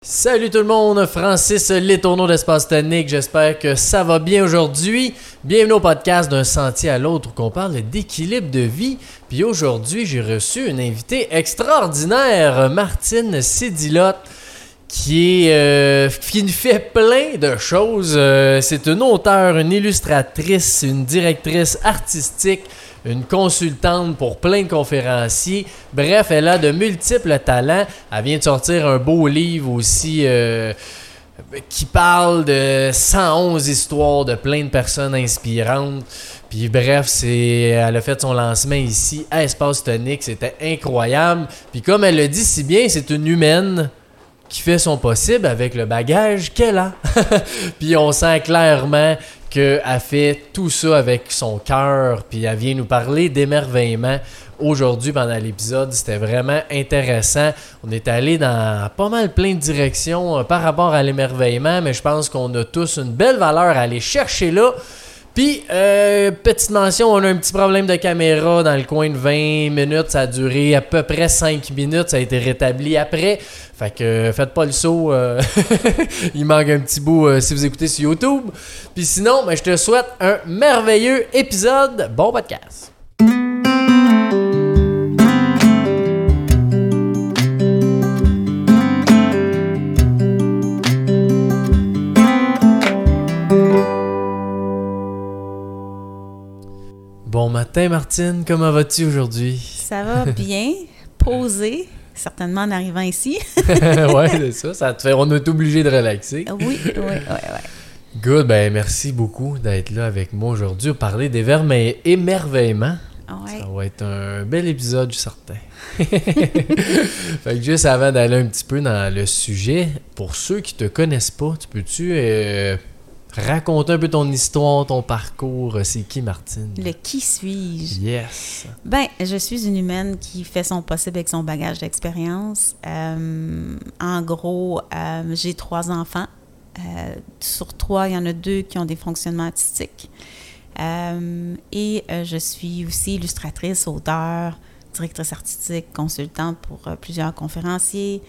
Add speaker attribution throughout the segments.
Speaker 1: Salut tout le monde, Francis Letourneau d'Espace Tonique, j'espère que ça va bien aujourd'hui. Bienvenue au podcast d'un sentier à l'autre où on parle d'équilibre de vie. Puis aujourd'hui, j'ai reçu une invitée extraordinaire, Martine Sédilotte, qui fait plein de choses. C'est une auteure, une illustratrice, une directrice artistique, une consultante pour plein de conférenciers. Bref, elle a de multiples talents. Elle vient de sortir un beau livre aussi qui parle de 111 histoires de plein de personnes inspirantes. Puis bref, elle a fait son lancement ici à Espace Tonique. C'était incroyable. Puis comme elle le dit si bien, c'est une humaine qui fait son possible avec le bagage qu'elle a. Puis on sent clairement qu'elle fait tout ça avec son cœur, puis elle vient nous parler d'émerveillement aujourd'hui pendant l'épisode. C'était vraiment intéressant. On est allé dans pas mal plein de directions par rapport à l'émerveillement, mais je pense qu'on a tous une belle valeur à aller chercher là. Puis, petite mention, on a un petit problème de caméra dans le coin de 20 minutes. Ça a duré à peu près 5 minutes. Ça a été rétabli après. Fait que faites pas le saut. Il manque un petit bout si vous écoutez sur YouTube. Puis sinon, je te souhaite un merveilleux épisode. Bon podcast. Bon matin, Martine. Comment vas-tu aujourd'hui?
Speaker 2: Ça va bien. Posé, certainement en arrivant ici.
Speaker 1: Oui, c'est ça. Ça te fait... On est obligé de relaxer.
Speaker 2: Oui.
Speaker 1: Good. Ben merci beaucoup d'être là avec moi aujourd'hui pour parler d'émerveillement.
Speaker 2: Ouais.
Speaker 1: Ça va être un bel épisode, je suis certain. Fait que juste avant d'aller un petit peu dans le sujet, pour ceux qui te connaissent pas, tu peux-tu... raconte un peu ton histoire, ton parcours. C'est qui, Martine?
Speaker 2: Le qui suis-je?
Speaker 1: Yes!
Speaker 2: Ben, je suis une humaine qui fait son possible avec son bagage d'expérience. En gros, j'ai 3 enfants. Sur 3, il y en a 2 qui ont des fonctionnements artistiques. Et je suis aussi illustratrice, auteure, directrice artistique, consultante pour plusieurs conférenciers.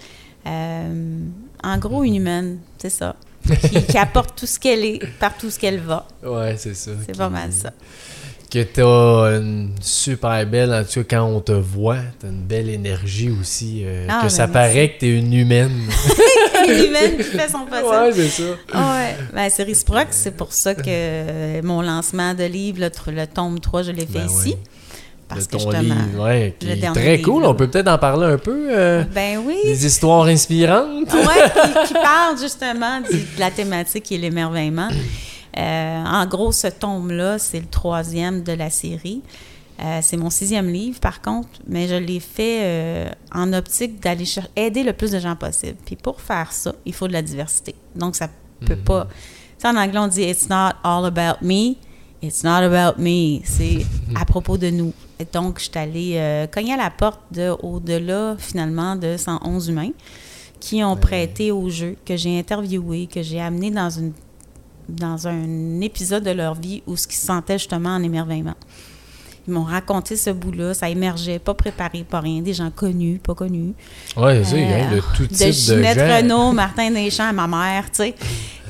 Speaker 2: En gros, une humaine, c'est ça. Qui apporte tout ce qu'elle est, partout ce qu'elle va.
Speaker 1: Ouais, c'est ça.
Speaker 2: C'est pas mal ça.
Speaker 1: Que t'as une super belle, en tout cas, quand on te voit, t'as une belle énergie aussi. Que ça paraît que t'es une humaine.
Speaker 2: Une humaine qui fait son possible.
Speaker 1: Ouais, c'est ça.
Speaker 2: Ouais. Ben, c'est réciproque. C'est pour ça que mon lancement de livre, le tome 3, je l'ai fait ici.
Speaker 1: Oui.
Speaker 2: Parce
Speaker 1: de ton
Speaker 2: que justement,
Speaker 1: livre, ouais, qui est très
Speaker 2: livre,
Speaker 1: cool.
Speaker 2: là.
Speaker 1: On peut peut-être en parler un peu.
Speaker 2: Ben oui.
Speaker 1: Des histoires inspirantes.
Speaker 2: Oui, qui parle justement de la thématique qui est l'émerveillement. En gros, ce tome-là, c'est le 3e de la série. C'est mon 6e livre, par contre, mais je l'ai fait en optique d'aller aider le plus de gens possible. Puis pour faire ça, il faut de la diversité. Donc, ça peut pas... Tu sais, en anglais, on dit « It's not all about me ». It's not about me. C'est à propos de nous. Et donc, je suis allée cogner à la porte au-delà, finalement, de 111 humains qui ont prêté au jeu, que j'ai interviewé, que j'ai amené dans un épisode de leur vie où ce qu'ils se sentaient justement en émerveillement. Ils m'ont raconté ce bout-là, ça émergeait, pas préparé, pas rien, des gens connus, pas connus.
Speaker 1: Oui, c'est de tout type de gens.
Speaker 2: De Ginette Renault, Martin Deschamps, ma mère, tu sais.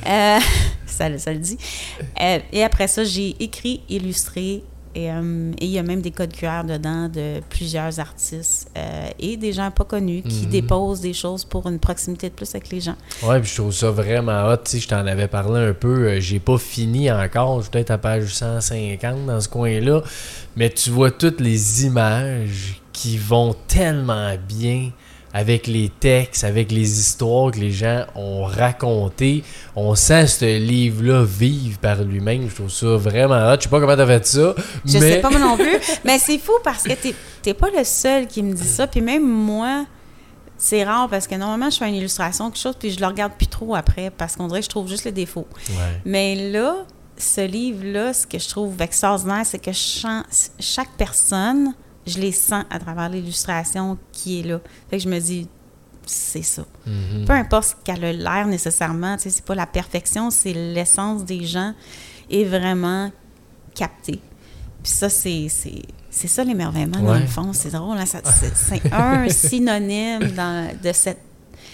Speaker 2: Ça le dit. Et après ça, j'ai écrit, illustré, et il y a même des codes QR dedans de plusieurs artistes et des gens pas connus qui déposent des choses pour une proximité de plus avec les gens.
Speaker 1: Oui, puis je trouve ça vraiment hot. Tu sais, je t'en avais parlé un peu. J'ai pas fini encore. Je suis peut-être à page 150 dans ce coin-là. Mais tu vois toutes les images qui vont tellement bien avec les textes, avec les histoires que les gens ont racontées. On sent ce livre-là vivre par lui-même. Je trouve ça vraiment hot. Je sais pas comment t'as fait ça.
Speaker 2: Je sais pas moi non plus. Mais c'est fou parce que t'es pas le seul qui me dit ça. Puis même moi, c'est rare parce que normalement, je fais une illustration, quelque chose, puis je le regarde plus trop après parce qu'on dirait que je trouve juste les défauts. Ouais. Mais là, ce livre-là, ce que je trouve extraordinaire, c'est que chaque personne... je les sens à travers l'illustration qui est là. Fait que je me dis, c'est ça. Mm-hmm. Peu importe ce qu'elle a l'air nécessairement, tu sais, c'est pas la perfection, c'est l'essence des gens est vraiment captée. Puis ça, c'est ça l'émerveillement, dans le fond. C'est drôle, hein? C'est un synonyme de cette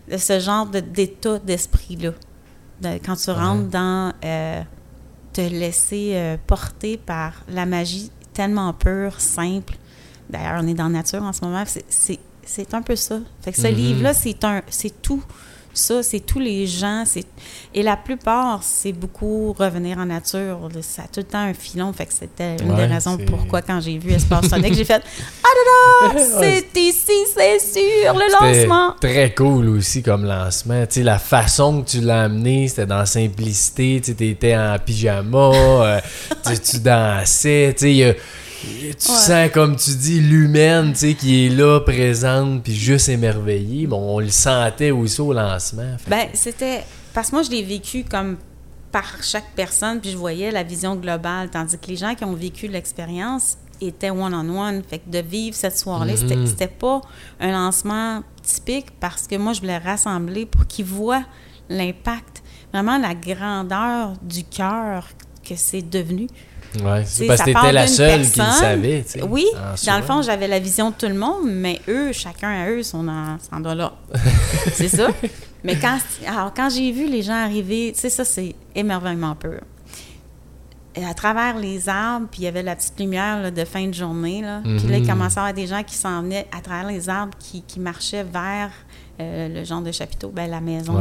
Speaker 2: de ce genre d'état d'esprit-là. Quand tu rentres dans te laisser porter par la magie tellement pure, simple. D'ailleurs, on est dans la nature en ce moment. C'est un peu ça. Fait que ce livre-là, c'est tout ça, c'est tous les gens. Et la plupart, c'est beaucoup revenir en nature. Ça a tout le temps un filon. Fait que c'était une des raisons pourquoi, quand j'ai vu Espace Sonic, j'ai fait « Ah là là! C'est ici, c'est sûr, le lancement! »
Speaker 1: Très cool aussi comme lancement. Tu sais, la façon que tu l'as amené, c'était dans la simplicité. Tu étais en pyjama, tu dansais. Tu sais, tu sens, comme tu dis, l'humaine, tu sais, qui est là, présente, puis juste émerveillée. Bon, on le sentait aussi au lancement.
Speaker 2: C'était... Parce que moi, je l'ai vécu comme par chaque personne, puis je voyais la vision globale, tandis que les gens qui ont vécu l'expérience étaient one-on-one. Fait que de vivre cette soirée, c'était pas un lancement typique, parce que moi, je voulais rassembler pour qu'ils voient l'impact, vraiment la grandeur du cœur que c'est devenu.
Speaker 1: Oui, parce que t'étais la seule qui le savait. T'sais,
Speaker 2: oui, dans le fond, j'avais la vision de tout le monde, mais eux, chacun à eux, sont dans cet endroit-là. C'est ça. Mais quand j'ai vu les gens arriver, tu sais, ça, c'est émerveillement pur. Et à travers les arbres, puis il y avait la petite lumière là, de fin de journée, là. Puis là, il commençait à y avoir des gens qui s'en venaient à travers les arbres, qui marchaient vers le genre de chapiteau, la maison.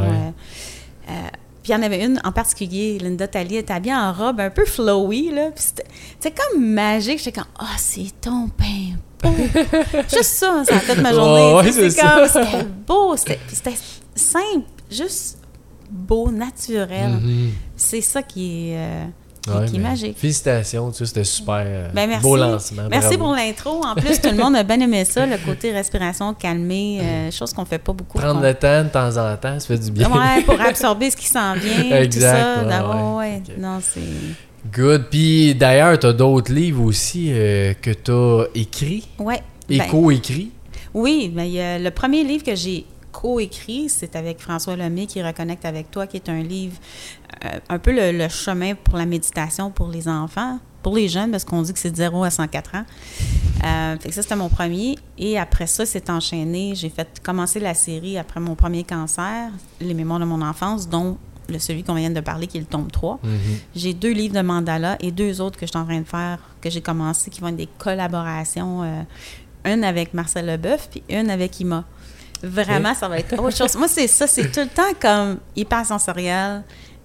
Speaker 2: Puis il y en avait une en particulier, Linda Talley, était habillée en robe un peu flowy, là. Puis c'était comme magique. J'étais comme, c'est ton pain beau. Juste ça a fait ma journée. C'était beau, c'était simple, juste beau, naturel. C'est ça qui est magique.
Speaker 1: Félicitations, tu sais, c'était super
Speaker 2: merci.
Speaker 1: Beau lancement.
Speaker 2: Merci pour l'intro. En plus, tout le monde a bien aimé ça, le côté respiration, calmer, chose qu'on fait pas beaucoup.
Speaker 1: Prendre le temps de temps en temps, ça fait du bien.
Speaker 2: Oui, pour absorber ce qui s'en vient,
Speaker 1: exact,
Speaker 2: tout ça.
Speaker 1: Okay.
Speaker 2: Non, c'est...
Speaker 1: Good. Puis d'ailleurs, tu as d'autres livres aussi que tu as écrits.
Speaker 2: Oui.
Speaker 1: Et co-écrits.
Speaker 2: Oui, mais le premier livre que j'ai co-écrit, c'est avec François Lemay qui Reconnecte avec toi, qui est un livre, un peu le chemin pour la méditation pour les enfants, pour les jeunes, parce qu'on dit que c'est de 0 à 104 ans. Fait que ça, c'était mon premier. Et après ça, c'est enchaîné. J'ai commencer la série après mon premier cancer, Les mémoires de mon enfance, dont celui qu'on vient de parler, qui est le tome 3. J'ai 2 livres de mandala et 2 autres que je suis en train de faire, que j'ai commencé, qui vont être des collaborations. Une avec Marcel Leboeuf, puis une avec Ima. Vraiment, ça va être autre chose. Moi, c'est ça, c'est tout le temps comme hyper sensoriel,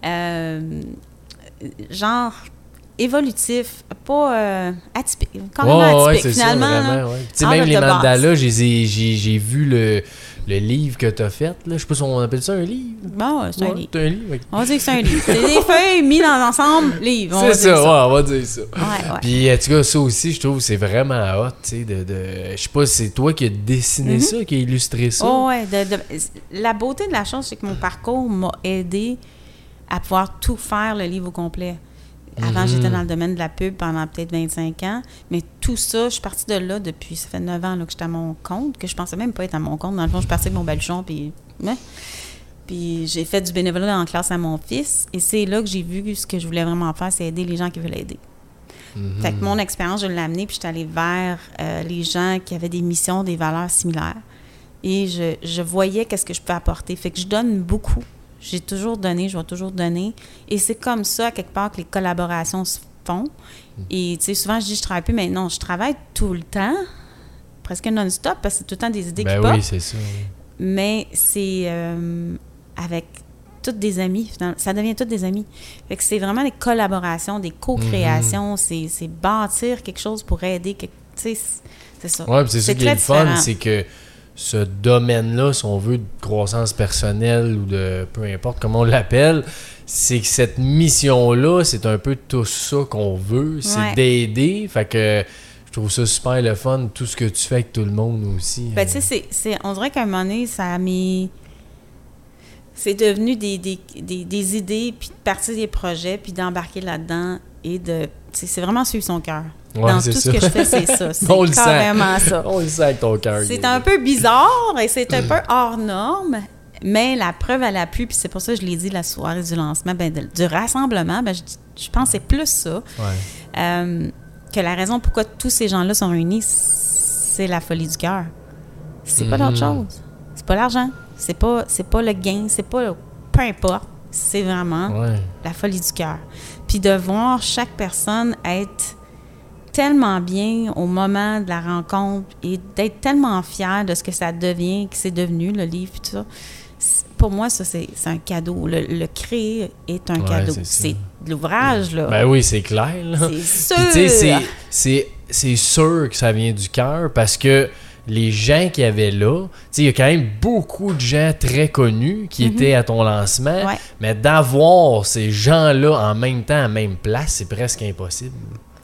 Speaker 2: genre évolutif, pas atypique, carrément atypique, finalement.
Speaker 1: C'est ça, vraiment, tu sais, même les mandalas, j'ai vu le livre que tu as fait, là. Je sais pas si on appelle ça un livre.
Speaker 2: Bon, c'est un livre.
Speaker 1: C'est un livre. Okay.
Speaker 2: On dit que c'est un livre. C'est des feuilles mises ensemble, livre.
Speaker 1: C'est ça, on va dire ça.
Speaker 2: Ouais.
Speaker 1: Puis, en tout cas, ça aussi, je trouve, c'est vraiment hot, tu sais, je sais pas si c'est toi qui as dessiné ça, qui a illustré ça.
Speaker 2: Oh, ouais. La beauté de la chose, c'est que mon parcours m'a aidé à pouvoir tout faire, le livre au complet. Avant, j'étais dans le domaine de la pub pendant peut-être 25 ans. Mais tout ça, je suis partie de là depuis... Ça fait 9 ans là, que j'étais à mon compte, que je pensais même pas être à mon compte. Dans le fond, je suis partie avec mon baluchon, puis j'ai fait du bénévolat en classe à mon fils. Et c'est là que j'ai vu ce que je voulais vraiment faire, c'est aider les gens qui veulent aider. Fait que mon expérience, je l'ai amenée, puis je suis allée vers les gens qui avaient des missions, des valeurs similaires. Et je voyais qu'est-ce que je peux apporter. Fait que je donne beaucoup. J'ai toujours donné, je vais toujours donner. Et c'est comme ça, à quelque part, que les collaborations se font. Et, tu sais, souvent, je dis, je travaille plus, mais non, je travaille tout le temps, presque non-stop, parce que c'est tout le temps des idées qui
Speaker 1: oui,
Speaker 2: partent.
Speaker 1: c'est ça.
Speaker 2: Mais c'est avec toutes des amis, finalement. Ça devient toutes des amis. Fait que c'est vraiment des collaborations, des co-créations, c'est bâtir quelque chose pour aider. Tu sais, c'est ça.
Speaker 1: Oui, c'est ça qui est le fun, c'est que ce domaine-là, si on veut, de croissance personnelle ou de peu importe comment on l'appelle, c'est que cette mission-là, c'est un peu tout ça qu'on veut, c'est d'aider. Fait que je trouve ça super le fun, tout ce que tu fais avec tout le monde aussi.
Speaker 2: Ben, tu sais, on dirait qu'à un moment donné, ça a mis... C'est devenu des idées, puis de partir des projets, puis d'embarquer là-dedans et de... C'est vraiment suivre son cœur.
Speaker 1: Ouais,
Speaker 2: dans tout ce que je fais, c'est ça. C'est carrément ça.
Speaker 1: On le sent avec ton cœur.
Speaker 2: C'est un peu bizarre et c'est un peu hors norme, mais la preuve à l'appui, puis c'est pour ça que je l'ai dit la soirée du lancement, du rassemblement, je pense que c'est plus ça. Que la raison pourquoi tous ces gens-là sont réunis, c'est la folie du cœur. C'est pas d'autre chose. C'est pas l'argent. C'est pas le gain, c'est pas... Peu importe. C'est vraiment la folie du cœur. Puis de voir chaque personne être tellement bien au moment de la rencontre et d'être tellement fière de ce que ça devient, que c'est devenu, le livre, tout ça. Pour moi, ça, c'est un cadeau. Le créer est un cadeau. C'est de l'ouvrage, là.
Speaker 1: Ben oui, c'est clair, là.
Speaker 2: C'est sûr!
Speaker 1: Puis, tu sais, c'est sûr que ça vient du cœur parce que les gens qui avaient là, tu sais, il y a quand même beaucoup de gens très connus qui étaient à ton lancement, mais d'avoir ces gens-là en même temps, à même place, c'est presque impossible.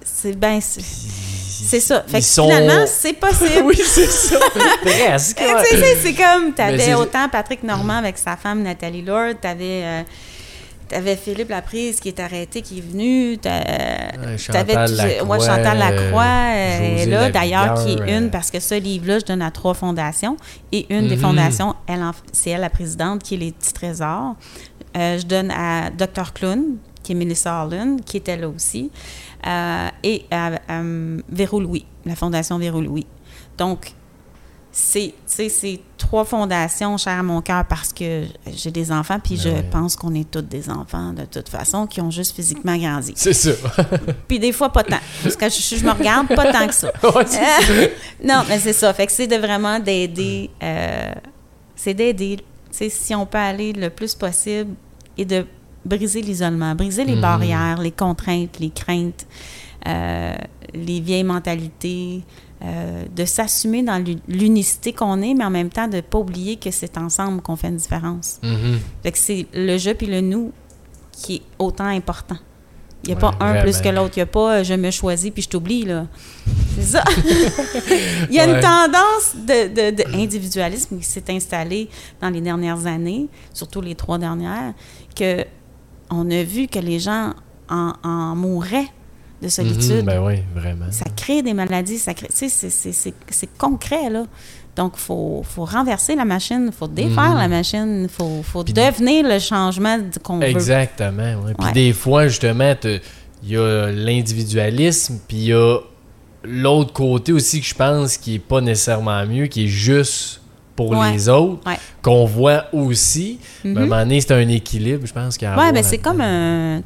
Speaker 2: C'est ça. Fait que finalement, c'est possible.
Speaker 1: Oui, c'est ça. Presque.
Speaker 2: C'est comme, t'avais autant Patrick Normand avec sa femme Nathalie Lord, t'avais Philippe Laprise qui est arrêté, qui est venu.
Speaker 1: Chantal Lacroix.
Speaker 2: Chantal Lacroix est là, d'ailleurs, qui est une, parce que ce livre-là, je donne à 3 fondations. Et une des fondations, c'est elle, la présidente, qui est les Petits Trésors. Je donne à Dr. Clown, qui est Melissa Harlan, qui était là aussi. Et à Véro-Louis, la Fondation Véro-Louis. Donc, c'est 3 fondations chères à mon cœur parce que j'ai des enfants, puis je pense qu'on est tous des enfants, de toute façon, qui ont juste physiquement grandi.
Speaker 1: C'est ça.
Speaker 2: Puis des fois, pas tant. Parce que je me regarde, pas tant que ça. Non, mais c'est ça. Fait que c'est de vraiment d'aider. C'est d'aider. Si on peut aller le plus possible et de briser l'isolement, briser les barrières, les contraintes, les craintes, les vieilles mentalités, de s'assumer dans l'unicité qu'on est, mais en même temps de ne pas oublier que c'est ensemble qu'on fait une différence. Fait que c'est le je puis le nous qui est autant important. Il n'y a pas un plus que l'autre. Il n'y a pas je me choisis puis je t'oublie, là. C'est ça. Il y a une tendance de individualisme qui s'est installée dans les dernières années, surtout les 3 dernières, que on a vu que les gens en mouraient de solitude.
Speaker 1: Ben oui, vraiment.
Speaker 2: Ça crée des maladies, c'est concret, là. Donc, il faut renverser la machine, il faut défaire la machine, il faut devenir le changement qu'on veut.
Speaker 1: Exactement, oui. Puis des fois, justement, il y a l'individualisme, puis il y a l'autre côté aussi que je pense qui n'est pas nécessairement mieux, qui est juste pour les autres, qu'on voit aussi. Mais à un moment donné, c'est un équilibre, je pense qu'il y a.
Speaker 2: Oui, mais c'est comme un...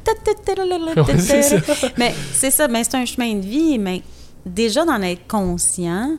Speaker 2: Mais c'est ça, mais c'est un chemin de vie, mais déjà d'en être conscient,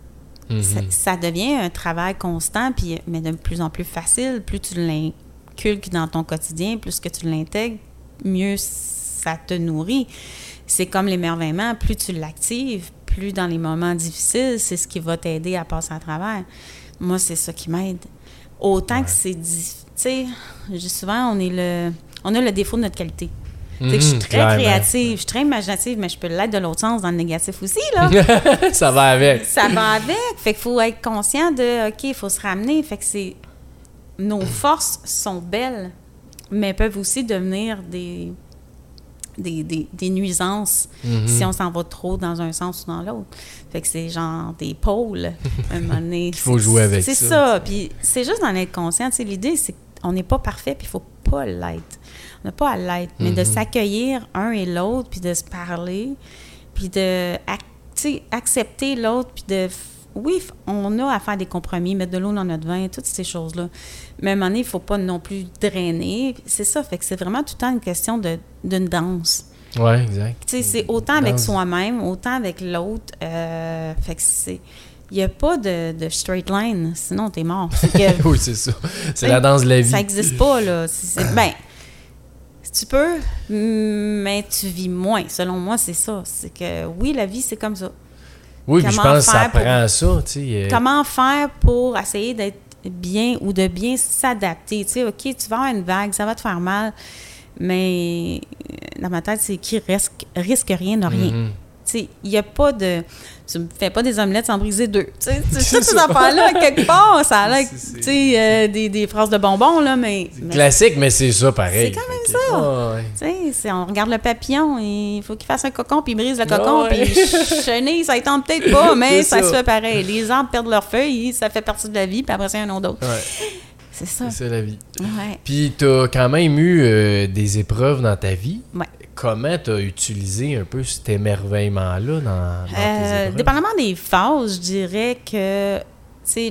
Speaker 2: ça devient un travail constant, mais de plus en plus facile. Plus tu l'inculques dans ton quotidien, plus que tu l'intègres, mieux ça te nourrit. C'est comme l'émerveillement, plus tu l'actives, plus dans les moments difficiles, c'est ce qui va t'aider à passer à travers. Moi, c'est ça qui m'aide. Autant que c'est... Tu sais, souvent, on a le défaut de notre qualité. Je suis très créative, je suis très imaginative, mais je peux l'être de l'autre sens, dans le négatif aussi, là.
Speaker 1: Ça va avec.
Speaker 2: Ça va avec. Fait qu'il faut être conscient de, OK, il faut se ramener. Fait que c'est... Nos forces sont belles, mais peuvent aussi devenir des nuisances si on s'en va trop dans un sens ou dans l'autre. Fait que c'est genre des pôles. Un moment donné,
Speaker 1: il faut jouer avec ça.
Speaker 2: C'est ça. Puis c'est juste d'en être conscient. Tu sais, l'idée, c'est qu'on n'est pas parfait, puis il ne faut pas l'être. On n'a pas à l'être, mais de s'accueillir un et l'autre, puis de se parler, puis de accepter l'autre, puis de... Oui, on a à faire des compromis, mettre de l'eau dans notre vin, toutes ces choses-là. Mais à un moment donné, il ne faut pas non plus drainer. C'est ça, fait que c'est vraiment tout le temps une question d'une danse.
Speaker 1: Oui, exact.
Speaker 2: Tu sais, c'est autant avec soi-même, autant avec l'autre. Fait que c'est... Il n'y a pas de straight line, sinon t'es mort.
Speaker 1: Oui, c'est ça. C'est la danse de la vie.
Speaker 2: Ça n'existe pas, là. Ben, tu peux, mais tu vis moins. Selon moi, c'est ça. C'est que, oui, la vie, c'est comme ça.
Speaker 1: Oui, puis je pense que ça prend ça, tu sais.
Speaker 2: Comment faire pour essayer d'être bien ou de bien s'adapter? Tu sais, OK, tu vas avoir une vague, ça va te faire mal, mais dans ma tête, c'est qui risque rien n'a rien. Tu sais, il n'y a pas de... Tu ne fais pas des omelettes sans briser 2. Tu sais, toutes ces affaires-là, quelque part, ça a l'air, tu sais, des phrases de bonbons, là, mais...
Speaker 1: Classique, mais c'est ça, pareil.
Speaker 2: C'est quand même ça. Tu sais, on regarde le papillon, il faut qu'il fasse un cocon, puis il brise le cocon, puis chenille, ça ne tente peut-être pas, mais ça se fait pareil. Les arbres perdent leurs feuilles, ça fait partie de la vie, puis après, c'est un nom d'autre. C'est ça.
Speaker 1: C'est ça, la vie.
Speaker 2: Ouais.
Speaker 1: Puis, tu as quand même eu des épreuves dans ta vie.
Speaker 2: Ouais.
Speaker 1: Comment tu as utilisé un peu cet émerveillement-là dans tes épreuves?
Speaker 2: Dépendamment des phases, je dirais que, tu sais,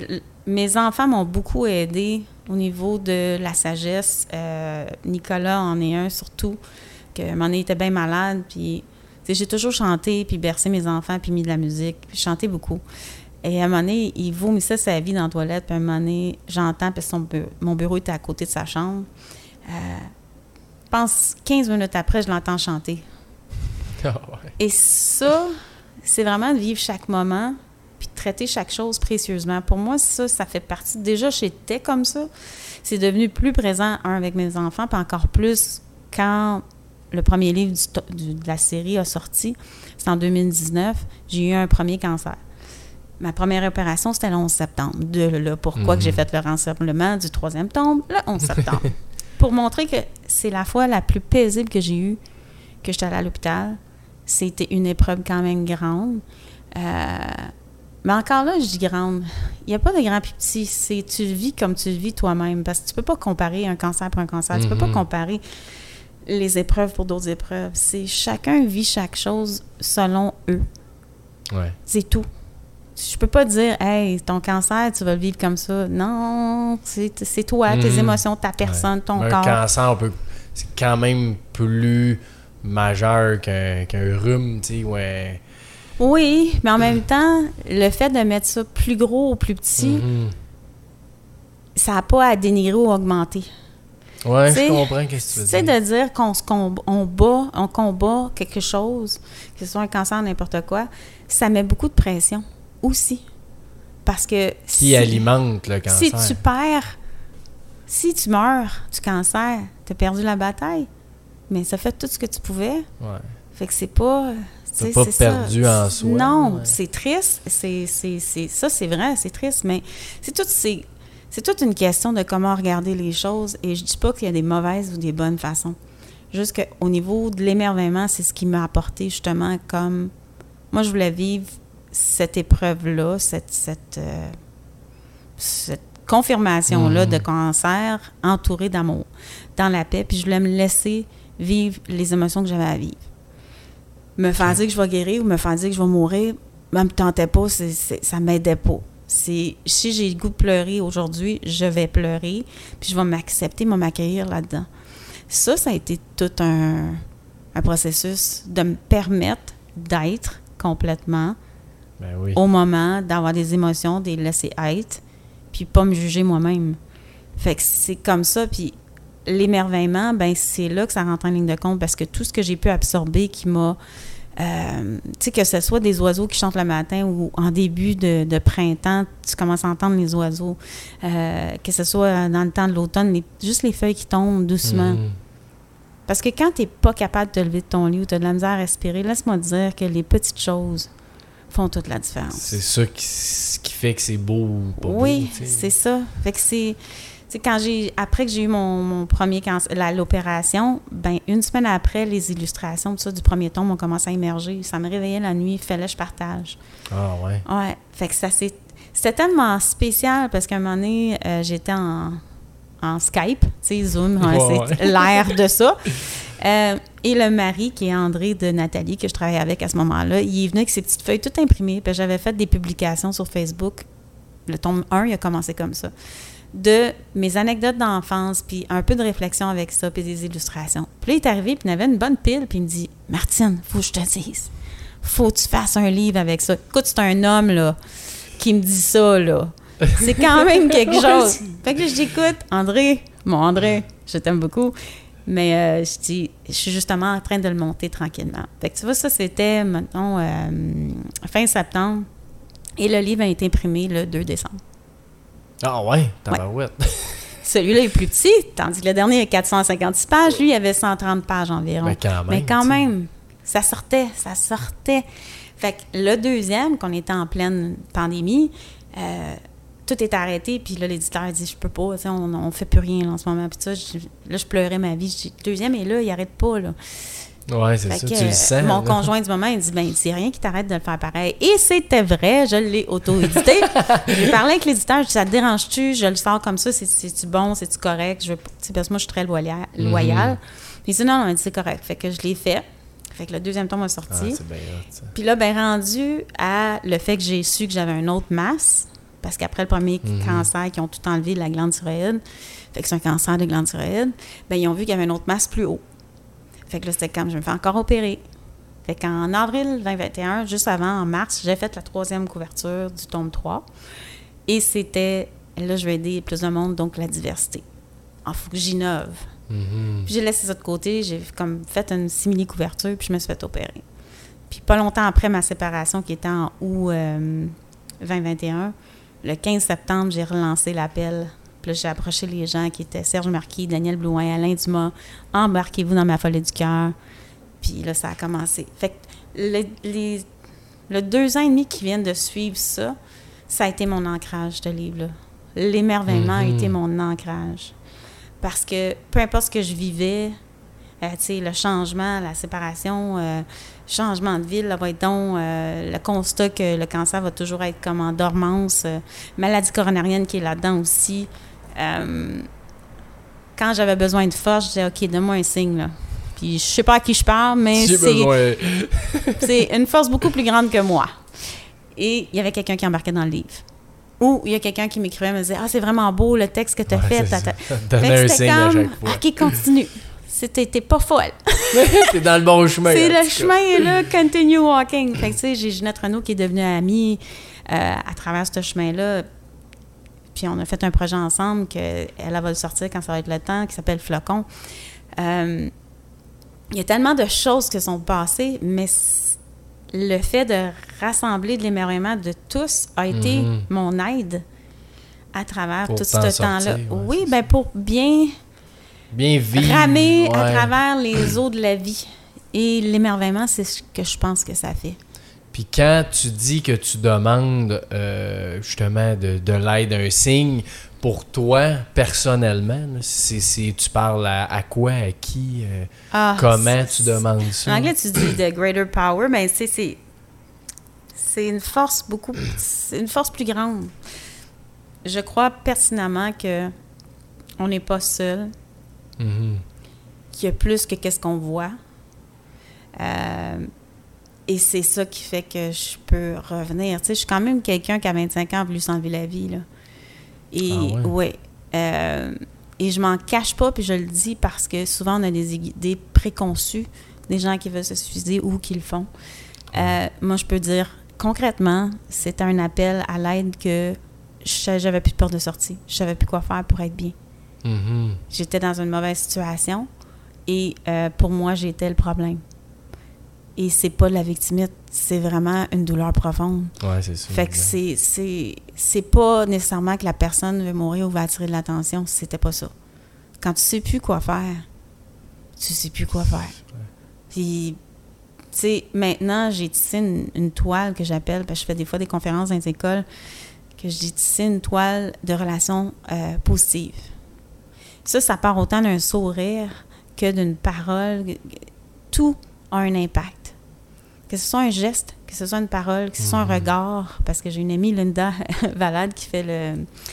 Speaker 2: mes enfants m'ont beaucoup aidé au niveau de la sagesse. Nicolas en est un surtout, que un moment donné, il était bien malade, puis j'ai toujours chanté, puis bercé mes enfants, puis mis de la musique, puis chanté beaucoup. Et à un moment donné, il vomissait sa vie dans la toilette, puis à un moment donné, j'entends, parce que mon bureau était à côté de sa chambre. Je pense 15 minutes après, je l'entends chanter.
Speaker 1: Oh, ouais.
Speaker 2: Et ça, c'est vraiment de vivre chaque moment, puis de traiter chaque chose précieusement. Pour moi, ça fait partie... Déjà, j'étais comme ça. C'est devenu plus présent, avec mes enfants, puis encore plus quand le premier livre de la série a sorti. C'est en 2019. J'ai eu un premier cancer. Ma première opération, c'était le 11 septembre. De là, pourquoi que j'ai fait le rassemblement du 3e tome, le 11 septembre. Pour montrer que c'est la fois la plus paisible que j'ai eue, que j'étais allée à l'hôpital. C'était une épreuve quand même grande. Mais encore là, je dis grande. Il n'y a pas de grand puis petit. Tu le vis comme tu le vis toi-même. Parce que tu ne peux pas comparer un cancer pour un cancer. Tu ne peux pas comparer les épreuves pour d'autres épreuves. Chacun vit chaque chose selon eux.
Speaker 1: Ouais.
Speaker 2: C'est tout. Je peux pas dire, hey, ton cancer, tu vas le vivre comme ça. Non, c'est toi, tes émotions, ta personne, ton corps.
Speaker 1: Un cancer, c'est quand même plus majeur qu'un rhume, tu sais, ouais.
Speaker 2: Oui, mais en même temps, le fait de mettre ça plus gros ou plus petit, ça n'a pas à dénigrer ou augmenter.
Speaker 1: Oui, je comprends ce que tu veux dire.
Speaker 2: C'est de dire on combat quelque chose, que ce soit un cancer ou n'importe quoi, ça met beaucoup de pression aussi. Parce que...
Speaker 1: Qui alimente le cancer.
Speaker 2: Si tu meurs du cancer, tu as perdu la bataille, mais ça fait tout ce que tu pouvais.
Speaker 1: Ouais.
Speaker 2: Fait que c'est pas...
Speaker 1: C'est pas perdu
Speaker 2: ça.
Speaker 1: En soi.
Speaker 2: Non, c'est triste. Ça, c'est vrai, c'est triste, mais c'est toute une question de comment regarder les choses. Et je dis pas qu'il y a des mauvaises ou des bonnes façons. Juste qu'au niveau de l'émerveillement, c'est ce qui m'a apporté justement comme... Moi, je voulais vivre cette épreuve-là, cette confirmation-là de cancer entourée d'amour, dans la paix. Puis je voulais me laisser vivre les émotions que j'avais à vivre. Me faire dire que je vais guérir ou me faire dire que je vais mourir, ça me tentait pas, ça m'aidait pas. Si j'ai le goût de pleurer aujourd'hui, je vais pleurer, puis je vais m'accepter, m'accueillir là-dedans. Ça a été tout un processus de me permettre d'être complètement au moment, d'avoir des émotions, de les laisser être, puis pas me juger moi-même. Fait que c'est comme ça, puis l'émerveillement, c'est là que ça rentre en ligne de compte, parce que tout ce que j'ai pu absorber qui m'a... tu sais, que ce soit des oiseaux qui chantent le matin ou en début de printemps, tu commences à entendre les oiseaux. Que ce soit dans le temps de l'automne, juste les feuilles qui tombent doucement. Parce que quand tu n'es pas capable de te lever de ton lit ou tu as de la misère à respirer, laisse-moi te dire que les petites choses font toute la différence.
Speaker 1: C'est ça qui fait que c'est beau ou pas beau.
Speaker 2: Oui, c'est ça. Fait que c'est... après que j'ai eu mon premier cancer, l'opération, une semaine après, les illustrations tout ça, du premier tome ont commencé à émerger. Ça me réveillait la nuit, il fallait que je partage.
Speaker 1: Ah ouais?
Speaker 2: Ouais. Fait que c'était tellement spécial parce qu'à un moment donné, j'étais en Skype, tu sais, Zoom, c'est l'air de ça. Et le mari, qui est André de Nathalie, que je travaillais avec à ce moment-là, il est venu avec ses petites feuilles toutes imprimées. Puis j'avais fait des publications sur Facebook. Le tome 1, il a commencé comme ça. De mes anecdotes d'enfance, puis un peu de réflexion avec ça, puis des illustrations. Puis là, il est arrivé, puis il avait une bonne pile, puis il me dit « Martine, faut que je te dise, faut que tu fasses un livre avec ça. Écoute, c'est un homme, là, qui me dit ça, là. C'est quand même quelque chose. » Fait que là, je dis « Écoute, André, je t'aime beaucoup, mais je dis, je suis justement en train de le monter tranquillement. » Fait que tu vois, ça, c'était, mettons, fin septembre, et le livre a été imprimé le 2 décembre.
Speaker 1: Ah ouais, tabarouette. Ouais.
Speaker 2: Celui-là est plus petit, tandis que le dernier a 456 pages. Lui, il avait 130 pages environ. Mais quand même, ça sortait. Fait que le deuxième, qu'on était en pleine pandémie, tout est arrêté. Puis là, l'éditeur dit, je peux pas, on fait plus rien là, en ce moment. Puis ça, je pleurais ma vie. Je dis, le deuxième est là, il arrête pas, là.
Speaker 1: Oui, c'est ça, tu le sens.
Speaker 2: Mon conjoint du moment, il dit, c'est rien qui t'arrête de le faire pareil. Et c'était vrai, je l'ai auto-édité. J'ai parlé avec l'éditeur, je dis, ça te dérange-tu? Je le sors comme ça, c'est-tu bon, c'est-tu correct? Parce que moi, je suis très loyale. Il dit, non, c'est correct. Fait que je l'ai fait. Fait que le deuxième tome a sorti.
Speaker 1: Ah, c'est bien hot, ça.
Speaker 2: Puis là, rendu à le fait que j'ai su que j'avais une autre masse, Parce qu'après le premier cancer, qui ont tout enlevé de la glande thyroïde, fait que c'est un cancer de glande thyroïde, bien, ils ont vu qu'il y avait une autre masse plus haut. Fait que là, c'était comme, je me fais encore opérer. Fait qu'en avril 2021, juste avant, en mars, j'ai fait la 3e couverture du tome 3. Et c'était, là, je vais aider plus de monde, donc la diversité. Il faut que j'innove. Puis j'ai laissé ça de côté, j'ai comme fait une simili-couverture, puis je me suis fait opérer. Puis pas longtemps après ma séparation, qui était en août 2021, le 15 septembre, j'ai relancé l'appel. Puis là, j'ai approché les gens qui étaient Serge Marquis, Daniel Blouin, Alain Dumas. Embarquez-vous dans ma folie du cœur. Puis là, ça a commencé. Fait que le 2 ans et demi qui viennent de suivre ça, ça a été mon ancrage, ce livre-là. L'émerveillement a été mon ancrage. Parce que peu importe ce que je vivais, tu sais, le changement, la séparation, changement de ville, là, va être donc le constat que le cancer va toujours être comme en dormance, maladie coronarienne qui est là-dedans aussi. Quand j'avais besoin de force, je disais, OK, donne-moi un signe, là. Puis je sais pas à qui je parle, mais c'est une force beaucoup plus grande que moi. Et il y avait quelqu'un qui embarquait dans le livre. Ou il y a quelqu'un qui m'écrivait et me disait, « Ah, c'est vraiment beau le texte que tu as fait. »
Speaker 1: Donnez un signe à chaque fois.
Speaker 2: OK, continue. T'es pas folle.
Speaker 1: T'es dans le bon chemin.
Speaker 2: C'est le chemin, là, continue walking. Fait que, tu sais, j'ai Ginette Renaud qui est devenue amie à travers ce chemin-là. Puis on a fait un projet ensemble qu'elle va le sortir quand ça va être le temps, qui s'appelle Flocon. Il y a tellement de choses qui sont passées, mais le fait de rassembler de l'émerveillement de tous a été mon aide à travers tout ce temps-là. Oui, bien pour bien vivre, ramer à travers les eaux de la vie. Et l'émerveillement, c'est ce que je pense que ça fait.
Speaker 1: Puis quand tu dis que tu demandes justement de l'aide, un signe, pour toi, personnellement, tu parles à quoi, à qui, comment tu demandes ça?
Speaker 2: En anglais, tu dis « the greater power », mais c'est une force c'est une force plus grande. Je crois pertinemment que on n'est pas seul, qu'il y a plus que qu'est-ce qu'on voit. Et c'est ça qui fait que je peux revenir. Tu sais, je suis quand même quelqu'un qui a 25 ans a voulu s'enlever la vie, là. Et et je m'en cache pas, puis je le dis parce que souvent on a des idées préconçues, des gens qui veulent se suicider ou qui le font. Moi, je peux dire concrètement, c'est un appel à l'aide que j'avais plus de porte de sortie. Je savais plus quoi faire pour être bien. J'étais dans une mauvaise situation et pour moi, j'étais le problème. Et c'est pas de la victimite, c'est vraiment une douleur profonde.
Speaker 1: Ouais, c'est ça.
Speaker 2: Fait que c'est pas nécessairement que la personne veut mourir ou va attirer de l'attention, c'était pas ça. Quand tu sais plus quoi faire, tu sais plus quoi faire. Puis, tu sais, maintenant, j'ai tissé une toile que j'appelle, parce que je fais des fois des conférences dans les écoles, que j'ai tissé une toile de relations positives. Ça part autant d'un sourire que d'une parole. Tout a un impact. Que ce soit un geste, que ce soit une parole, que ce soit un regard, parce que j'ai une amie, Linda Valade, qui fait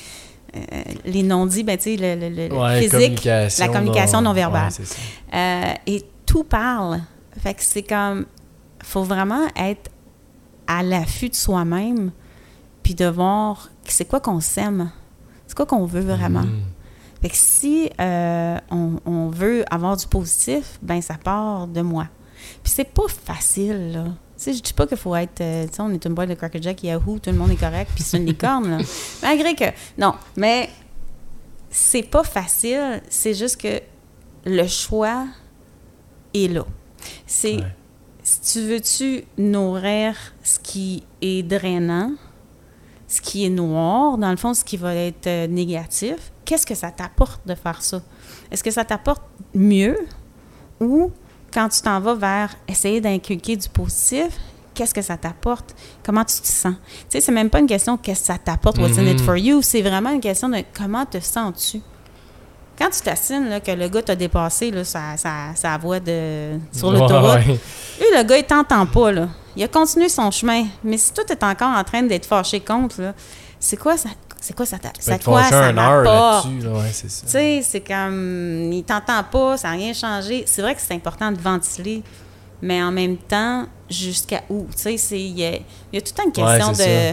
Speaker 2: les non-dits, ben tu sais, le physique, la communication non-verbale. Et tout parle. Fait que c'est comme, faut vraiment être à l'affût de soi-même, puis de voir c'est quoi qu'on s'aime, c'est quoi qu'on veut vraiment. Fait que si on veut avoir du positif, ben ça part de moi. Puis c'est pas facile, là. Tu sais, je dis pas qu'il faut être... tu sais, on est une boîte de Cracker Jack, Yahoo, tout le monde est correct, puis c'est une licorne, là. Malgré que... Non, mais c'est pas facile, c'est juste que le choix est là. C'est... Si tu veux-tu nourrir ce qui est drainant, ce qui est noir, dans le fond, ce qui va être négatif, qu'est-ce que ça t'apporte de faire ça? Est-ce que ça t'apporte mieux ou... Quand tu t'en vas vers essayer d'inculquer du positif, qu'est-ce que ça t'apporte? Comment tu te sens? Tu sais, c'est même pas une question de qu'est-ce que ça t'apporte, what's in it for you, c'est vraiment une question de comment te sens-tu? Quand tu t'assines, là, que le gars t'a dépassé, là, sa voie sur l'autoroute, lui, le gars, il t'entend pas, là. Il a continué son chemin. Mais si toi, t'es encore en train d'être fâché contre, là, c'est quoi ça? C'est quoi ça m'apporte? Tu sais, c'est comme, il t'entend pas, ça n'a rien changé. C'est vrai que c'est important de ventiler, mais en même temps, jusqu'à où? Tu sais, il y a tout le temps une question de... Tu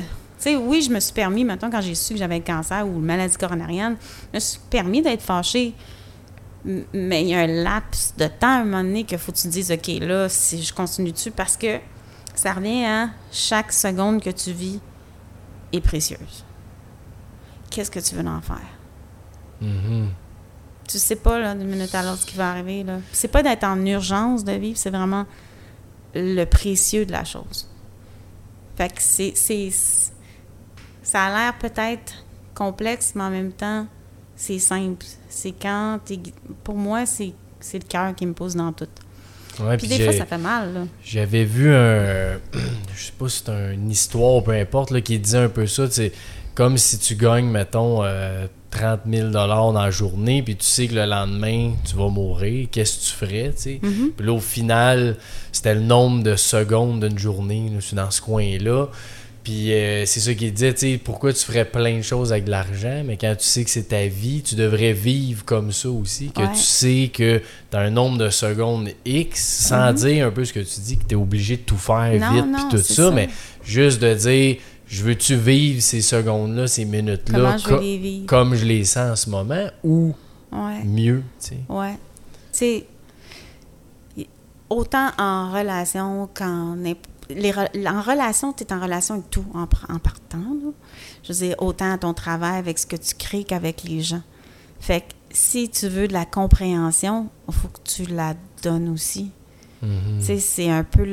Speaker 2: sais, oui, je me suis permis, maintenant quand j'ai su que j'avais le cancer ou une maladie coronarienne, je me suis permis d'être fâchée. Mais il y a un laps de temps, à un moment donné, qu'il faut que tu te dises, OK, là, si je continue dessus, parce que ça revient à chaque seconde que tu vis est précieuse. Qu'est-ce que tu veux en faire?
Speaker 1: Mm-hmm.
Speaker 2: Tu sais pas, là, d'une minute à l'autre, ce qui va arriver, là. C'est pas d'être en urgence de vivre, c'est vraiment le précieux de la chose. Fait que ça a l'air peut-être complexe, mais en même temps, c'est simple. C'est quand pour moi, c'est le cœur qui me pousse dans tout.
Speaker 1: Ouais,
Speaker 2: puis des fois, ça fait mal, là.
Speaker 1: J'avais vu je sais pas si c'est une histoire ou peu importe, là, qui disait un peu ça, c'est comme si tu gagnes, mettons, 30 000 $ dans la journée, puis tu sais que le lendemain, tu vas mourir, qu'est-ce que tu ferais, tu sais?
Speaker 2: Mm-hmm.
Speaker 1: Puis là, au final, c'était le nombre de secondes d'une journée, là, dans ce coin-là. Puis c'est ça qu'il disait, tu sais, pourquoi tu ferais plein de choses avec de l'argent, mais quand tu sais que c'est ta vie, tu devrais vivre comme ça aussi, que tu sais que tu as un nombre de secondes X, sans dire un peu ce que tu dis, que tu es obligé de tout faire vite, puis tout ça, mais juste de dire, je veux-tu vivre ces secondes-là, ces minutes-là,
Speaker 2: comment je veux les vivre? Comme
Speaker 1: je les sens en ce moment, ou mieux, tu sais.
Speaker 2: Ouais. Tu sais, autant en relation qu'en en relation, tu es en relation avec tout en partant. Là. Je veux dire, autant à ton travail, avec ce que tu crées qu'avec les gens. Fait que si tu veux de la compréhension, il faut que tu la donnes aussi.
Speaker 1: Mm-hmm.
Speaker 2: Tu sais, c'est un peu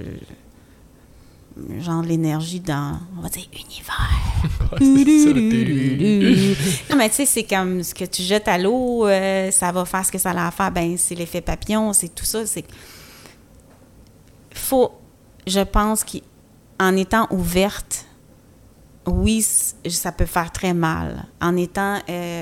Speaker 2: genre l'énergie dans, on va dire, univers. Non, mais tu sais, c'est comme ce que tu jettes à l'eau, ça va faire ce que ça a à faire. Ben, c'est l'effet papillon, c'est tout ça. C'est faut... Je pense qu'en étant ouverte, oui, ça peut faire très mal. En étant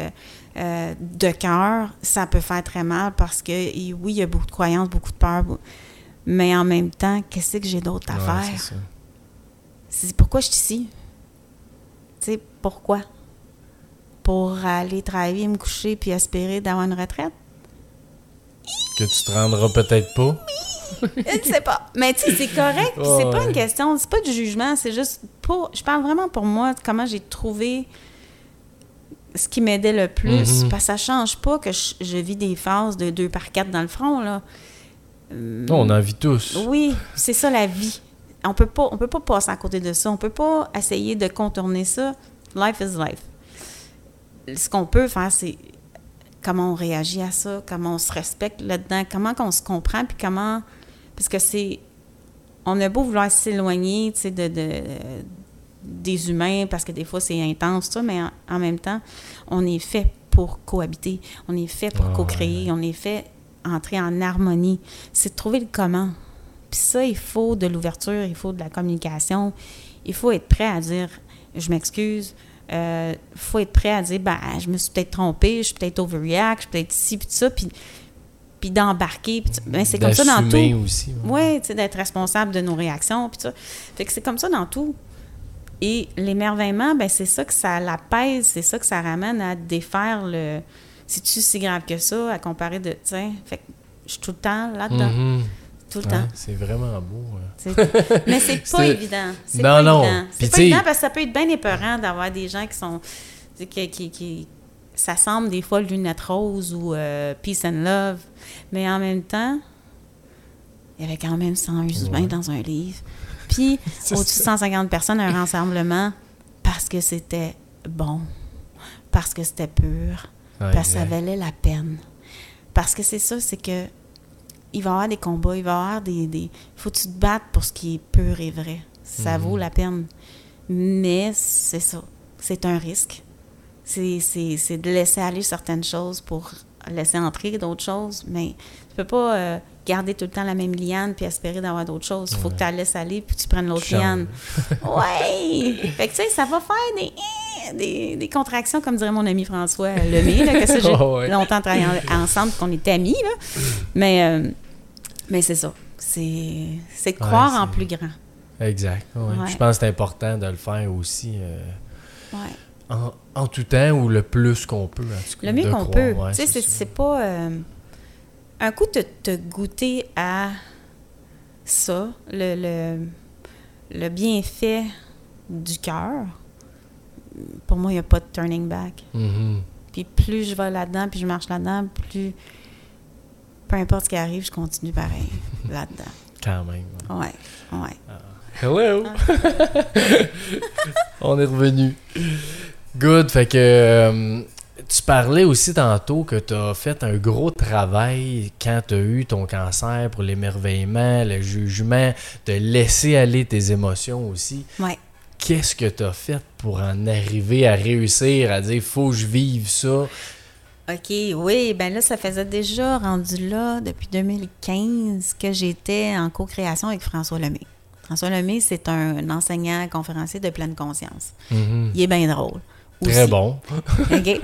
Speaker 2: de cœur, ça peut faire très mal parce que, oui, il y a beaucoup de croyances, beaucoup de peur, mais en même temps, qu'est-ce que j'ai d'autre à faire?
Speaker 1: C'est ça.
Speaker 2: C'est pourquoi je suis ici. Tu sais, pourquoi? Pour aller travailler, me coucher puis espérer d'avoir une retraite?
Speaker 1: Que tu te rendras peut-être pas.
Speaker 2: Je ne sais pas. Mais tu sais, c'est correct. Puis c'est pas une question, c'est pas du jugement, c'est juste je parle vraiment pour moi de comment j'ai trouvé ce qui m'aidait le plus. Parce que ça change pas que je vis des phases de 2x4 dans le front, là.
Speaker 1: On en vit tous.
Speaker 2: Oui, c'est ça la vie. On peut pas passer à côté de ça. On peut pas essayer de contourner ça. Life is life. Ce qu'on peut faire, c'est comment on réagit à ça, comment on se respecte là-dedans, comment on se comprend, puis comment... Parce que c'est... On a beau vouloir s'éloigner, tu sais, des humains, parce que des fois, c'est intense, ça, mais en même temps, on est fait pour cohabiter, on est fait pour co-créer, on est fait entrer en harmonie. C'est de trouver le comment. Puis ça, il faut de l'ouverture, il faut de la communication, il faut être prêt à dire « je m'excuse », faut être prêt à dire ben je me suis peut-être trompée, je suis peut-être overreact, je suis peut-être ci puis tout ça, puis d'embarquer, puis ben c'est comme ça dans tout
Speaker 1: aussi.
Speaker 2: Ouais, tu sais, d'être responsable de nos réactions puis ça. Fait que c'est comme ça dans tout. Et l'émerveillement, ben c'est ça que ça l'apaise, c'est ça que ça ramène à défaire le c'est-tu si grave que ça à comparer de, tu sais, fait que je suis tout le temps là-dedans.
Speaker 1: Mm-hmm.
Speaker 2: Tout le temps.
Speaker 1: C'est vraiment beau.
Speaker 2: Mais c'est pas évident. C'est
Speaker 1: non,
Speaker 2: pas
Speaker 1: non.
Speaker 2: évident. C'est pas évident parce que ça peut être bien épeurant d'avoir des gens qui sont... qui ça semble des fois lunettes roses ou peace and love. Mais en même temps, il y avait quand même 100 humains dans un livre. Puis, au-dessus de 150 personnes, un rassemblement parce que c'était bon, parce que c'était pur, parce que ça valait la peine. Parce que c'est ça, c'est que il va y avoir des combats, il va y avoir des... faut que tu te battes pour ce qui est pur et vrai. Ça vaut la peine. Mais c'est ça. C'est un risque. C'est de laisser aller certaines choses pour laisser entrer d'autres choses. Mais tu peux pas garder tout le temps la même liane puis espérer d'avoir d'autres choses. Il faut que tu la laisses aller puis que tu prennes l'autre liane. Ouais! Fait que tu sais, ça va faire des contractions, comme dirait mon ami François Lemay, là, que ça, j'ai longtemps travaillé ensemble, qu'on était amis, là. Mais c'est ça. C'est de croire en plus grand.
Speaker 1: Exact. Ouais. Je pense que c'est important de le faire aussi
Speaker 2: ouais.
Speaker 1: en tout temps ou le plus qu'on peut. En tout cas,
Speaker 2: le mieux qu'on peut.
Speaker 1: Ouais,
Speaker 2: tu sais, c'est pas... un coup, te goûter à ça, le bienfait du cœur, pour moi, il n'y a pas de turning back.
Speaker 1: Mhm.
Speaker 2: Puis plus je vais là-dedans, puis je marche là-dedans, plus... Peu importe ce qui arrive, je continue pareil là-dedans.
Speaker 1: Quand même.
Speaker 2: Ouais.
Speaker 1: Hello! On est revenu. Good. Fait que tu parlais aussi tantôt que tu as fait un gros travail quand tu as eu ton cancer pour l'émerveillement, le jugement, de laisser aller tes émotions aussi.
Speaker 2: Ouais.
Speaker 1: Qu'est-ce que tu as fait pour en arriver à réussir à dire faut que je vive ça?
Speaker 2: OK, oui, ben là, ça faisait déjà rendu là depuis 2015 que j'étais en co-création avec François Lemay. François Lemay, c'est un enseignant conférencier de pleine conscience.
Speaker 1: Mm-hmm.
Speaker 2: Il est bien drôle.
Speaker 1: Très
Speaker 2: aussi.
Speaker 1: bon.
Speaker 2: OK.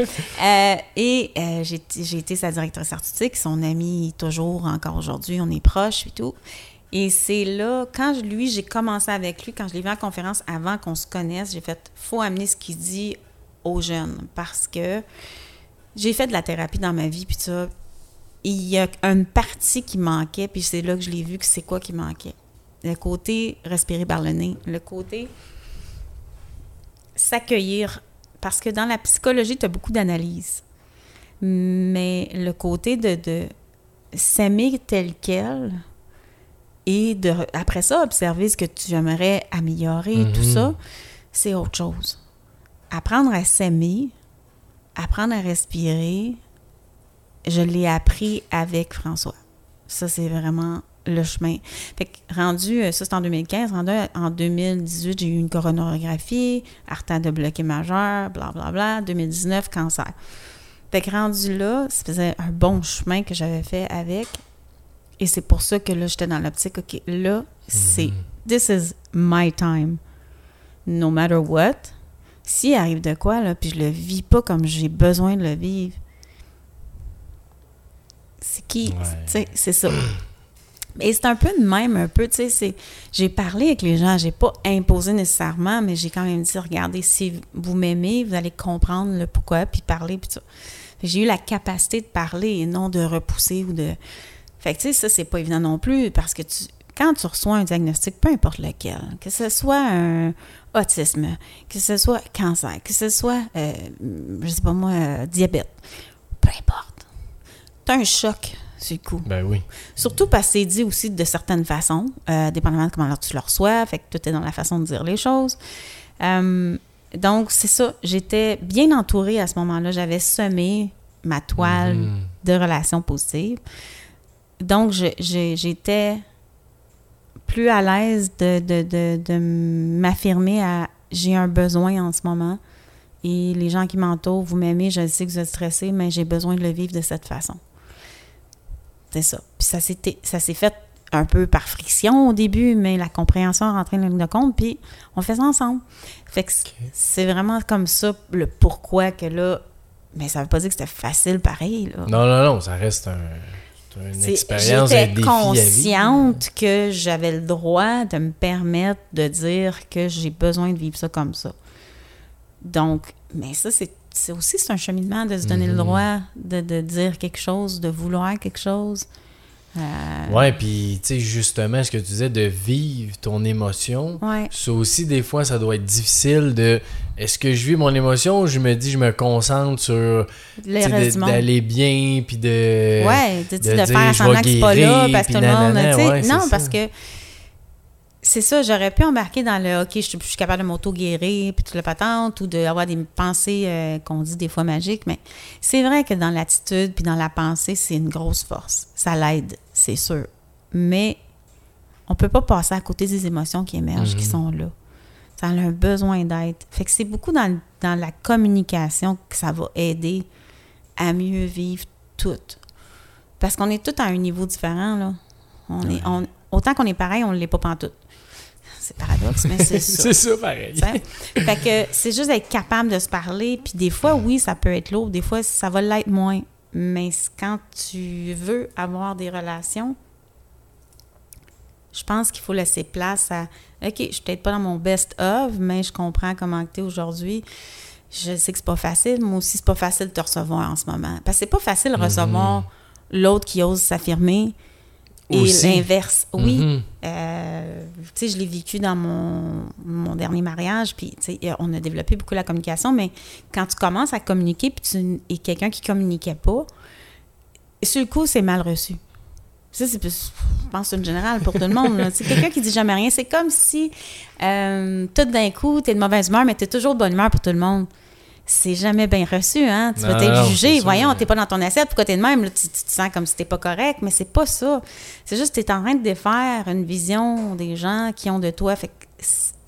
Speaker 2: J'ai été sa directrice artistique, son amie toujours, encore aujourd'hui, on est proches et tout. Et c'est là, quand j'ai commencé avec lui, quand je l'ai vu en conférence avant qu'on se connaisse, j'ai fait, faut amener ce qu'il dit aux jeunes parce que j'ai fait de la thérapie dans ma vie, puis ça, il y a une partie qui manquait, puis c'est là que je l'ai vu que c'est quoi qui manquait. Le côté respirer par le nez, le côté s'accueillir, parce que dans la psychologie, tu as beaucoup d'analyses, mais le côté de s'aimer tel quel et après ça, observer ce que tu aimerais améliorer, tout ça, c'est autre chose. Apprendre à s'aimer, apprendre à respirer, je l'ai appris avec François. Ça, c'est vraiment le chemin. Fait que rendu, ça c'est en 2015, rendu en 2018, j'ai eu une coronarographie, artère de bloqué majeur, blablabla, 2019, cancer. Fait que rendu là, ça faisait un bon chemin que j'avais fait avec, et c'est pour ça que là, j'étais dans l'optique, OK, là, c'est « this is my time ». No matter what, s'il arrive de quoi, là, puis je le vis pas comme j'ai besoin de le vivre, c'est qui? Tu sais, c'est ça. Et c'est un peu de même, un peu, tu sais, j'ai parlé avec les gens, j'ai pas imposé nécessairement, mais j'ai quand même dit, regardez, si vous m'aimez, vous allez comprendre le pourquoi, puis parler, puis ça. J'ai eu la capacité de parler et non de repousser ou de... Fait que, tu sais, ça, c'est pas évident non plus, parce que quand tu reçois un diagnostic, peu importe lequel, que ce soit un autisme, que ce soit cancer, que ce soit, je sais pas moi, diabète, peu importe. T'as un choc sur le coup.
Speaker 1: Ben oui.
Speaker 2: Surtout parce que c'est dit aussi de certaines façons, dépendamment de comment tu le reçois, fait que tout est dans la façon de dire les choses. Donc, c'est ça. J'étais bien entourée à ce moment-là. J'avais semé ma toile de relations positives. Donc, j'étais plus à l'aise de m'affirmer à « j'ai un besoin en ce moment et les gens qui m'entourent, vous m'aimez, je sais que vous êtes stressés, mais j'ai besoin de le vivre de cette façon. » C'est ça. Puis ça s'est fait un peu par friction au début, mais la compréhension est rentrée en ligne de compte, puis on fait ça ensemble. Fait que c'est vraiment comme ça le pourquoi que là, mais ça veut pas dire que c'était facile pareil, là.
Speaker 1: Non, ça reste une expérience, un défi à vivre.
Speaker 2: J'étais consciente que j'avais le droit de me permettre de dire que j'ai besoin de vivre ça comme ça. Donc, mais ça, c'est un cheminement de se donner le droit de dire quelque chose, de vouloir quelque chose.
Speaker 1: Ouais, puis tu sais, justement, ce que tu disais de vivre ton émotion, ça aussi, des fois, ça doit être difficile de... Est-ce que je vis mon émotion ou je me dis, je me concentre sur d'aller bien, puis de...
Speaker 2: Ouais, de
Speaker 1: dire,
Speaker 2: faire semblant que c'est pas là, parce que tout le monde...
Speaker 1: Ouais,
Speaker 2: non, parce que c'est ça, j'aurais pu embarquer dans le « OK, je suis capable de m'auto-guérir, puis toute la patente, ou d'avoir des pensées qu'on dit des fois magiques », mais c'est vrai que dans l'attitude puis dans la pensée, c'est une grosse force. Ça l'aide, c'est sûr. Mais on peut pas passer à côté des émotions qui émergent, qui sont là. Ça a un besoin d'être. Fait que c'est beaucoup dans la communication que ça va aider à mieux vivre tout. Parce qu'on est tous à un niveau différent, là. Autant qu'on est pareil, on ne l'est pas pantoute. C'est paradoxe, mais c'est ça.
Speaker 1: C'est ça, pareil.
Speaker 2: Fait que c'est juste être capable de se parler. Puis des fois, oui, ça peut être lourd. Des fois, ça va l'être moins. Mais quand tu veux avoir des relations, je pense qu'il faut laisser place à « OK, je suis peut-être pas dans mon best-of, mais je comprends comment tu es aujourd'hui. Je sais que c'est pas facile. Moi aussi, c'est pas facile de te recevoir en ce moment. » Parce que c'est pas facile de recevoir l'autre qui ose s'affirmer.
Speaker 1: Aussi.
Speaker 2: Et l'inverse, oui.
Speaker 1: Mhm.
Speaker 2: Tu sais, je l'ai vécu dans mon dernier mariage, puis tu sais, on a développé beaucoup la communication, mais quand tu commences à communiquer, puis tu es quelqu'un qui communiquait pas, sur le coup, c'est mal reçu. Ça, je pense que c'est une générale pour tout le monde. C'est quelqu'un qui dit jamais rien. C'est comme si tout d'un coup, tu es de mauvaise humeur, mais tu es toujours de bonne humeur pour tout le monde. C'est jamais bien reçu, hein? Tu vas être jugé. Voyons, t'es pas dans ton assiette, pourquoi t'es de même? Là, tu te sens comme si t'es pas correct, mais c'est pas ça. C'est juste que t'es en train de défaire une vision des gens qui ont de toi. Fait que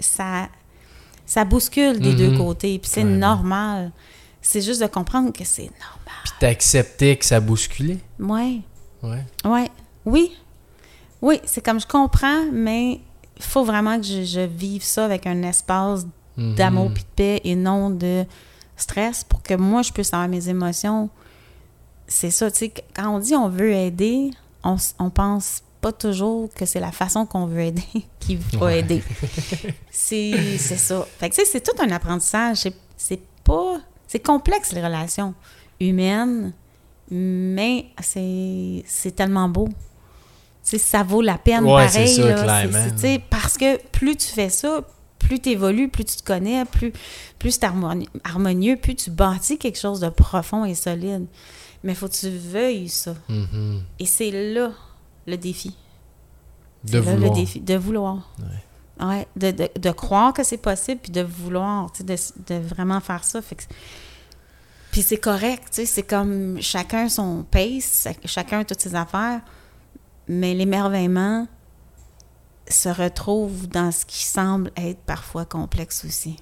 Speaker 2: ça bouscule des deux côtés, puis c'est normal. C'est juste de comprendre que c'est normal.
Speaker 1: Puis t'acceptais que ça bousculait?
Speaker 2: Oui.
Speaker 1: Ouais.
Speaker 2: Ouais. Oui. Oui, c'est comme je comprends, mais il faut vraiment que je vive ça avec un espace d'amour puis de paix et non de stress pour que moi, je puisse avoir mes émotions. C'est ça, tu sais, quand on dit on veut aider, on pense pas toujours que c'est la façon qu'on veut aider qui va aider. C'est ça. Fait que tu sais, c'est tout un apprentissage. C'est complexe, les relations humaines, mais c'est tellement beau. Tu sais, ça vaut la peine, pareil.
Speaker 1: C'est ça,
Speaker 2: là.
Speaker 1: clairement.
Speaker 2: Tu sais, parce que plus tu fais ça, plus tu évolues, plus tu te connais, plus c'est harmonieux, plus tu bâtis quelque chose de profond et solide. Mais il faut que tu veuilles ça.
Speaker 1: Mm-hmm.
Speaker 2: Et c'est là le défi.
Speaker 1: De vouloir.
Speaker 2: Le défi, de vouloir. Ouais, de croire que c'est possible, puis de vouloir, tu sais, de vraiment faire ça. Fait que, puis c'est correct, tu sais, c'est comme chacun son pace, chacun toutes ses affaires, mais l'émerveillement se retrouve dans ce qui semble être parfois complexe aussi.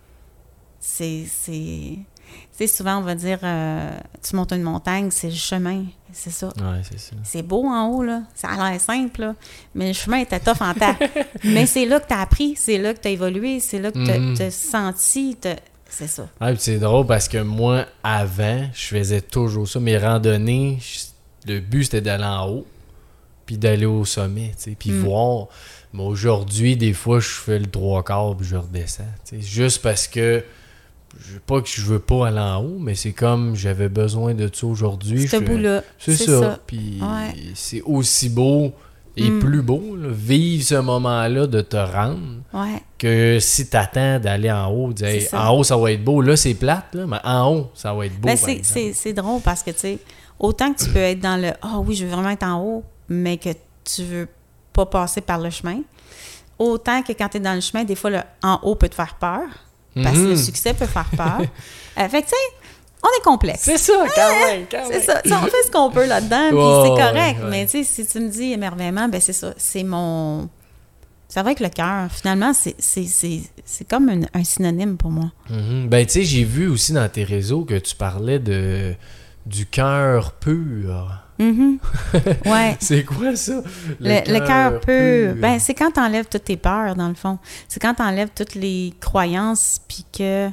Speaker 2: C'est souvent, on va dire, tu montes une montagne, c'est le chemin, c'est ça.
Speaker 1: Ouais, c'est ça.
Speaker 2: C'est beau en haut, là. Ça a l'air simple, là. Mais le chemin était tough en temps. Mais c'est là que tu as appris, c'est là que tu as évolué, c'est là que tu as senti, c'est ça.
Speaker 1: Ouais, puis c'est drôle parce que moi, avant, je faisais toujours ça. Mes randonnées, le but, c'était d'aller en haut, puis d'aller au sommet, tu sais, puis voir. Mais aujourd'hui, des fois, je fais le 3/4 puis je redescends, tu sais, juste parce que pas que je veux pas aller en haut, mais c'est comme j'avais besoin de ça aujourd'hui.
Speaker 2: Ce bout-là.
Speaker 1: C'est ça. Puis c'est aussi beau et plus beau, là, vivre ce moment-là de te rendre, que si t'attends d'aller en haut, dire hey, en haut, ça va être beau. Là, c'est plate, là, mais en haut, ça va être beau.
Speaker 2: Ben, c'est drôle parce que, tu sais, autant que tu peux être dans le « Ah oui, je veux vraiment être en haut », mais que tu veux pas passer par le chemin, autant que quand tu es dans le chemin, des fois, le en haut peut te faire peur. Parce que le succès peut faire peur. Fait que, tu sais, on est complexe.
Speaker 1: C'est ça, quand même.
Speaker 2: C'est ça. T'sais, on fait ce qu'on peut là-dedans, puis c'est correct. Mais, tu sais, si tu me dis émerveillement, ben c'est ça. C'est mon... Ça va avec le cœur. Finalement, c'est comme un synonyme pour moi.
Speaker 1: Ben, tu sais, j'ai vu aussi dans tes réseaux que tu parlais du cœur pur.
Speaker 2: Ouais.
Speaker 1: C'est quoi ça?
Speaker 2: Le cœur pur. Ben, c'est quand t'enlèves toutes tes peurs, dans le fond. C'est quand t'enlèves toutes les croyances, puis que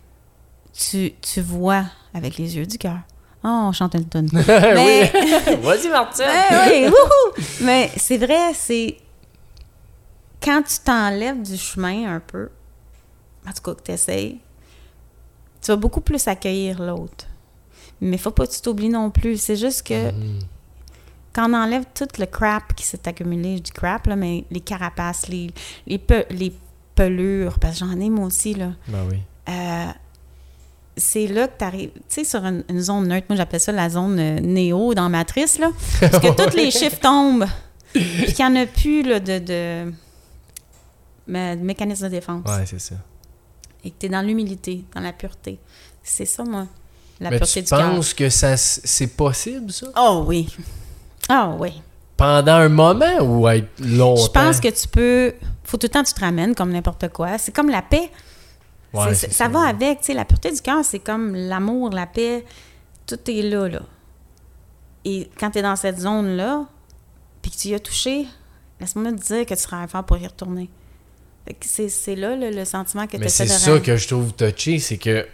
Speaker 2: tu vois avec les yeux du cœur. Oh, on chante une toune. Mais...
Speaker 1: Vas-y, Martine!
Speaker 2: Oui, wouhou! Mais c'est vrai, c'est... Quand tu t'enlèves du chemin un peu, en tout cas que t'essayes, tu vas beaucoup plus accueillir l'autre. Mais faut pas que tu t'oublies non plus. C'est juste que quand on enlève tout le crap qui s'est accumulé, je dis crap, là, mais les carapaces, les pelures, parce que j'en ai moi aussi, là.
Speaker 1: Ben oui.
Speaker 2: C'est là que tu arrives, tu sais, sur une zone neutre. Moi, j'appelle ça la zone néo dans Matrice, là. Parce que tous les chiffres tombent. Puis qu'il n'y en a plus, là, de mécanisme de défense.
Speaker 1: Ouais, c'est ça.
Speaker 2: Et que tu es dans l'humilité, dans la pureté. C'est ça, moi. La
Speaker 1: mais
Speaker 2: pureté
Speaker 1: tu
Speaker 2: du cœur.
Speaker 1: penses que c'est possible, ça?
Speaker 2: Oh oui. Ah oui.
Speaker 1: Pendant un moment ou être longtemps?
Speaker 2: Je pense que tu peux... Faut tout le temps que tu te ramènes comme n'importe quoi. C'est comme la paix.
Speaker 1: Ouais,
Speaker 2: ça va avec. Tu sais, la pureté du cœur, c'est comme l'amour, la paix. Tout est là, là. Et quand tu es dans cette zone-là, puis que tu y as touché, laisse-moi te dire que tu seras fort pour y retourner. C'est là, le sentiment que tu as fait de
Speaker 1: c'est ça que je trouve touché, c'est que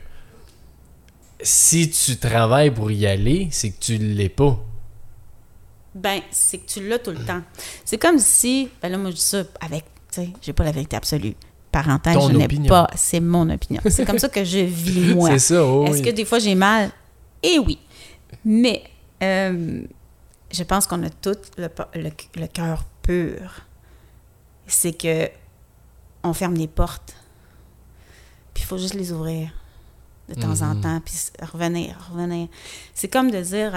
Speaker 1: si tu travailles pour y aller, c'est que tu l'es pas.
Speaker 2: Ben, c'est que tu l'as tout le temps. C'est comme si, ben là, moi, je dis ça avec, tu sais, j'ai pas la vérité absolue. Parenthèse, je n'ai pas, c'est mon opinion. C'est comme ça que je vis, moi.
Speaker 1: C'est ça, oh,
Speaker 2: Est-ce que des fois, j'ai mal? Eh oui. Mais, je pense qu'on a tous le cœur pur. C'est que on ferme les portes. Puis il faut juste les ouvrir de temps en temps, puis revenir. C'est comme de dire...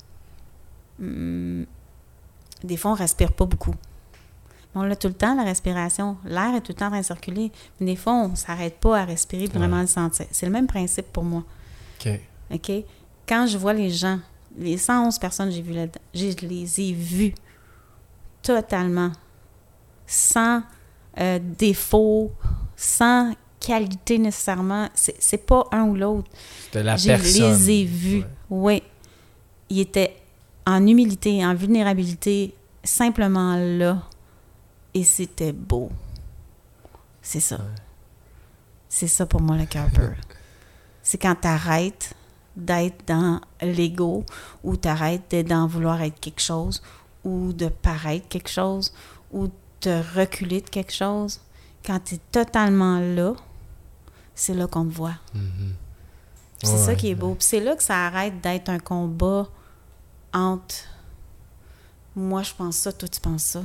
Speaker 2: des fois, on ne respire pas beaucoup. On l'a tout le temps, la respiration. L'air est tout le temps en train de circuler. Mais des fois, on ne s'arrête pas à respirer pour vraiment le sentir. C'est le même principe pour moi. OK? Quand je vois les gens, les 111 personnes que j'ai vues là-dedans, je les ai vues totalement, sans défaut, sans qualité nécessairement. C'est pas un ou l'autre.
Speaker 1: C'était la personne.
Speaker 2: Je les ai vus. Oui. Ils étaient en humilité, en vulnérabilité, simplement là. Et c'était beau. C'est ça. Ouais. C'est ça pour moi, le cœur pur. C'est quand tu arrêtes d'être dans l'ego ou tu arrêtes d'être dans vouloir être quelque chose ou de paraître quelque chose ou de reculer de quelque chose. Quand tu es totalement là, c'est là qu'on te voit. C'est ça qui est beau. Puis c'est là que ça arrête d'être un combat entre moi je pense ça, toi tu penses ça.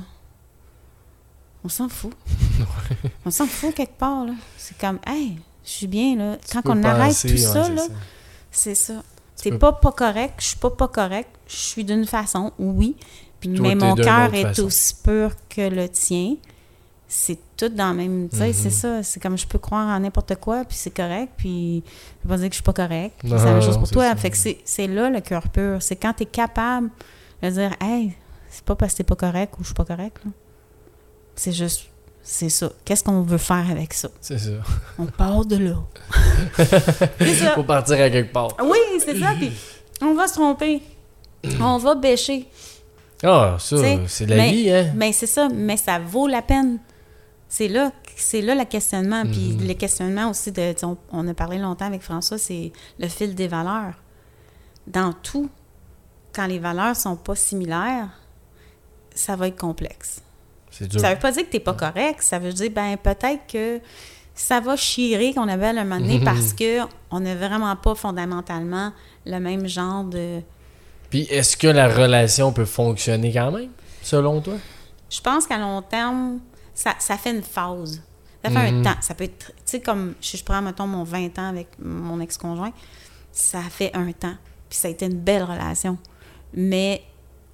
Speaker 2: On s'en fout. On s'en fout quelque part, là. C'est comme, hey, je suis bien, là. Quand on arrête tout ça, là, c'est ça. T'es pas correct, je suis pas correct, je suis d'une façon, oui, mais mon cœur est aussi pur que le tien. C'est tout dans le même... Tu sais, c'est ça. C'est comme je peux croire en n'importe quoi, puis c'est correct, puis je vais pas dire que je suis pas correct. Puis c'est la même chose pour toi. Ça. Fait que c'est là le cœur pur. C'est quand t'es capable de dire, hey, c'est pas parce que t'es pas correct ou je suis pas correct, là. C'est juste, c'est ça. Qu'est-ce qu'on veut faire avec ça?
Speaker 1: C'est ça.
Speaker 2: On part de là.
Speaker 1: C'est ça. Faut partir à quelque part.
Speaker 2: Oui, c'est ça. Puis on va se tromper. On va bêcher.
Speaker 1: Ah, ça, c'est la vie, hein?
Speaker 2: Mais c'est ça. Mais ça vaut la peine. C'est là le questionnement. Puis le questionnement aussi, on a parlé longtemps avec François, c'est le fil des valeurs. Dans tout, quand les valeurs sont pas similaires, ça va être complexe.
Speaker 1: C'est dur.
Speaker 2: Ça veut pas dire que t'es pas correct. Ça veut dire, peut-être que ça va chirer, qu'on appelle un moment donné, parce qu'on n'a vraiment pas fondamentalement le même genre de...
Speaker 1: Puis, est-ce que la relation peut fonctionner quand même, selon toi?
Speaker 2: Je pense qu'à long terme, ça fait une phase. Ça fait un temps. Ça peut être... Tu sais, comme je prends, mettons, mon 20 ans avec mon ex-conjoint, ça fait un temps. Puis ça a été une belle relation. Mais...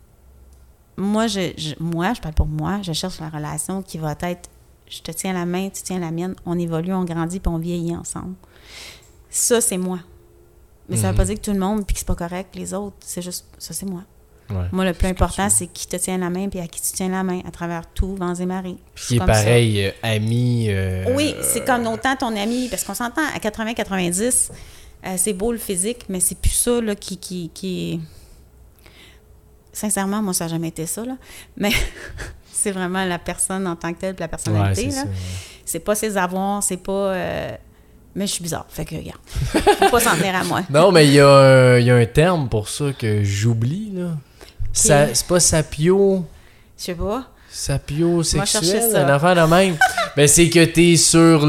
Speaker 2: Moi, je parle pour moi, je cherche la relation qui va être, je te tiens la main, tu tiens la mienne, on évolue, on grandit, puis on vieillit ensemble. Ça, c'est moi. Mais ça veut pas dire que tout le monde, puis que c'est pas correct, les autres, c'est juste, ça, c'est moi. Ouais, moi, le plus important, c'est qui te tient la main, puis à qui tu tiens la main, à travers tout, vents et marées.
Speaker 1: Puis pareil, ami...
Speaker 2: Oui, c'est comme autant ton ami, parce qu'on s'entend, à 80-90, c'est beau le physique, mais c'est plus ça, là, qui est... Sincèrement, moi, ça n'a jamais été ça, là. Mais c'est vraiment la personne en tant que telle, la personnalité, là. Ça, ouais. C'est pas ses avoirs, c'est pas... Mais je suis bizarre, fait que, regarde, faut pas s'en tenir à moi.
Speaker 1: Non, mais il y a un terme pour ça que j'oublie, là. C'est pas sapio...
Speaker 2: Je sais pas.
Speaker 1: Sapio-sexuel, une affaire de même. Mais c'est que t'es sur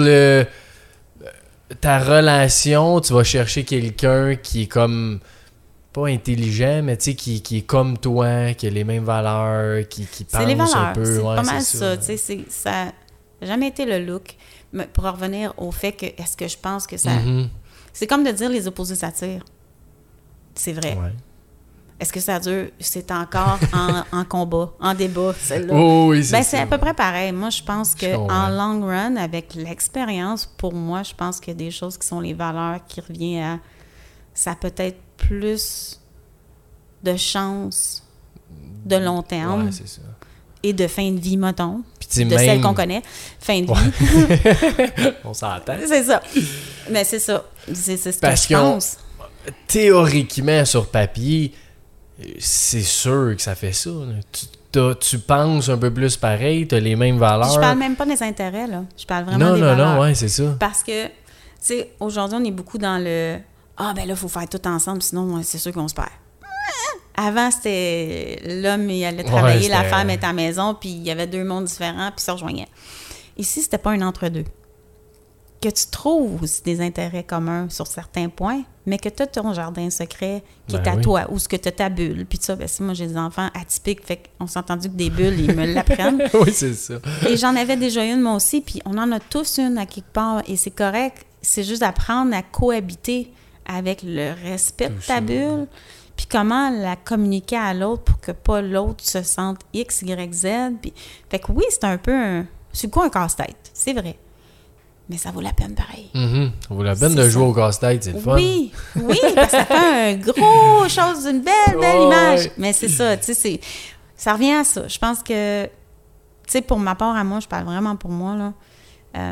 Speaker 1: ta relation, tu vas chercher quelqu'un qui est comme... pas intelligent, mais tu sais, qui est comme toi, qui a les mêmes valeurs, qui pense
Speaker 2: les valeurs,
Speaker 1: un peu.
Speaker 2: C'est pas mal ça. Tu sais, ça n'a jamais été le look. Mais pour revenir au fait que, est-ce que je pense que ça... C'est comme de dire les opposés s'attirent. C'est vrai. Ouais. Est-ce que ça dure? C'est encore en combat, en débat, celle-là.
Speaker 1: Oh, oui,
Speaker 2: c'est à peu près pareil. Moi, je pense qu'en long run, avec l'expérience, pour moi, je pense qu'il y a des choses qui sont les valeurs qui reviennent à... Ça peut être plus de chance de long terme et de fin de vie, mettons, de celle qu'on connaît, fin de vie.
Speaker 1: On s'entend.
Speaker 2: C'est ça. Mais c'est ça. C'est ce que je pense.
Speaker 1: Théoriquement, sur papier, c'est sûr que ça fait ça. Tu penses un peu plus pareil, tu as les mêmes valeurs.
Speaker 2: Je parle même pas des intérêts, là. Je parle vraiment des valeurs.
Speaker 1: Non, ouais, c'est ça.
Speaker 2: Parce que, tu sais, aujourd'hui, on est beaucoup dans le... Ah, ben là, il faut faire tout ensemble, sinon, c'est sûr qu'on se perd. Avant, c'était l'homme, il allait travailler, la femme était à la maison, puis il y avait deux mondes différents, puis ça rejoignait. Ici, c'était pas un entre-deux. que tu trouves aussi des intérêts communs sur certains points, mais que tu as ton jardin secret qui est à toi, ou ce que tu as ta bulle. Puis ça, si moi j'ai des enfants atypiques, fait qu'on s'est entendu que des bulles, ils me l'apprennent.
Speaker 1: Oui, c'est ça.
Speaker 2: Et j'en avais déjà une moi aussi, puis on en a tous une à quelque part, et c'est correct. C'est juste d'apprendre à cohabiter avec le respect de ta bulle, puis comment la communiquer à l'autre pour que pas l'autre se sente X, Y, Z. Puis, fait que oui, c'est un peu c'est quoi un casse-tête, c'est vrai. Mais ça vaut la peine pareil.
Speaker 1: Ça vaut la peine de jouer au casse-tête, c'est le fun.
Speaker 2: Oui, parce que ça fait un gros chose, une belle image. Mais c'est ça, tu sais, ça revient à ça. Je pense que, tu sais, pour ma part à moi, je parle vraiment pour moi, là,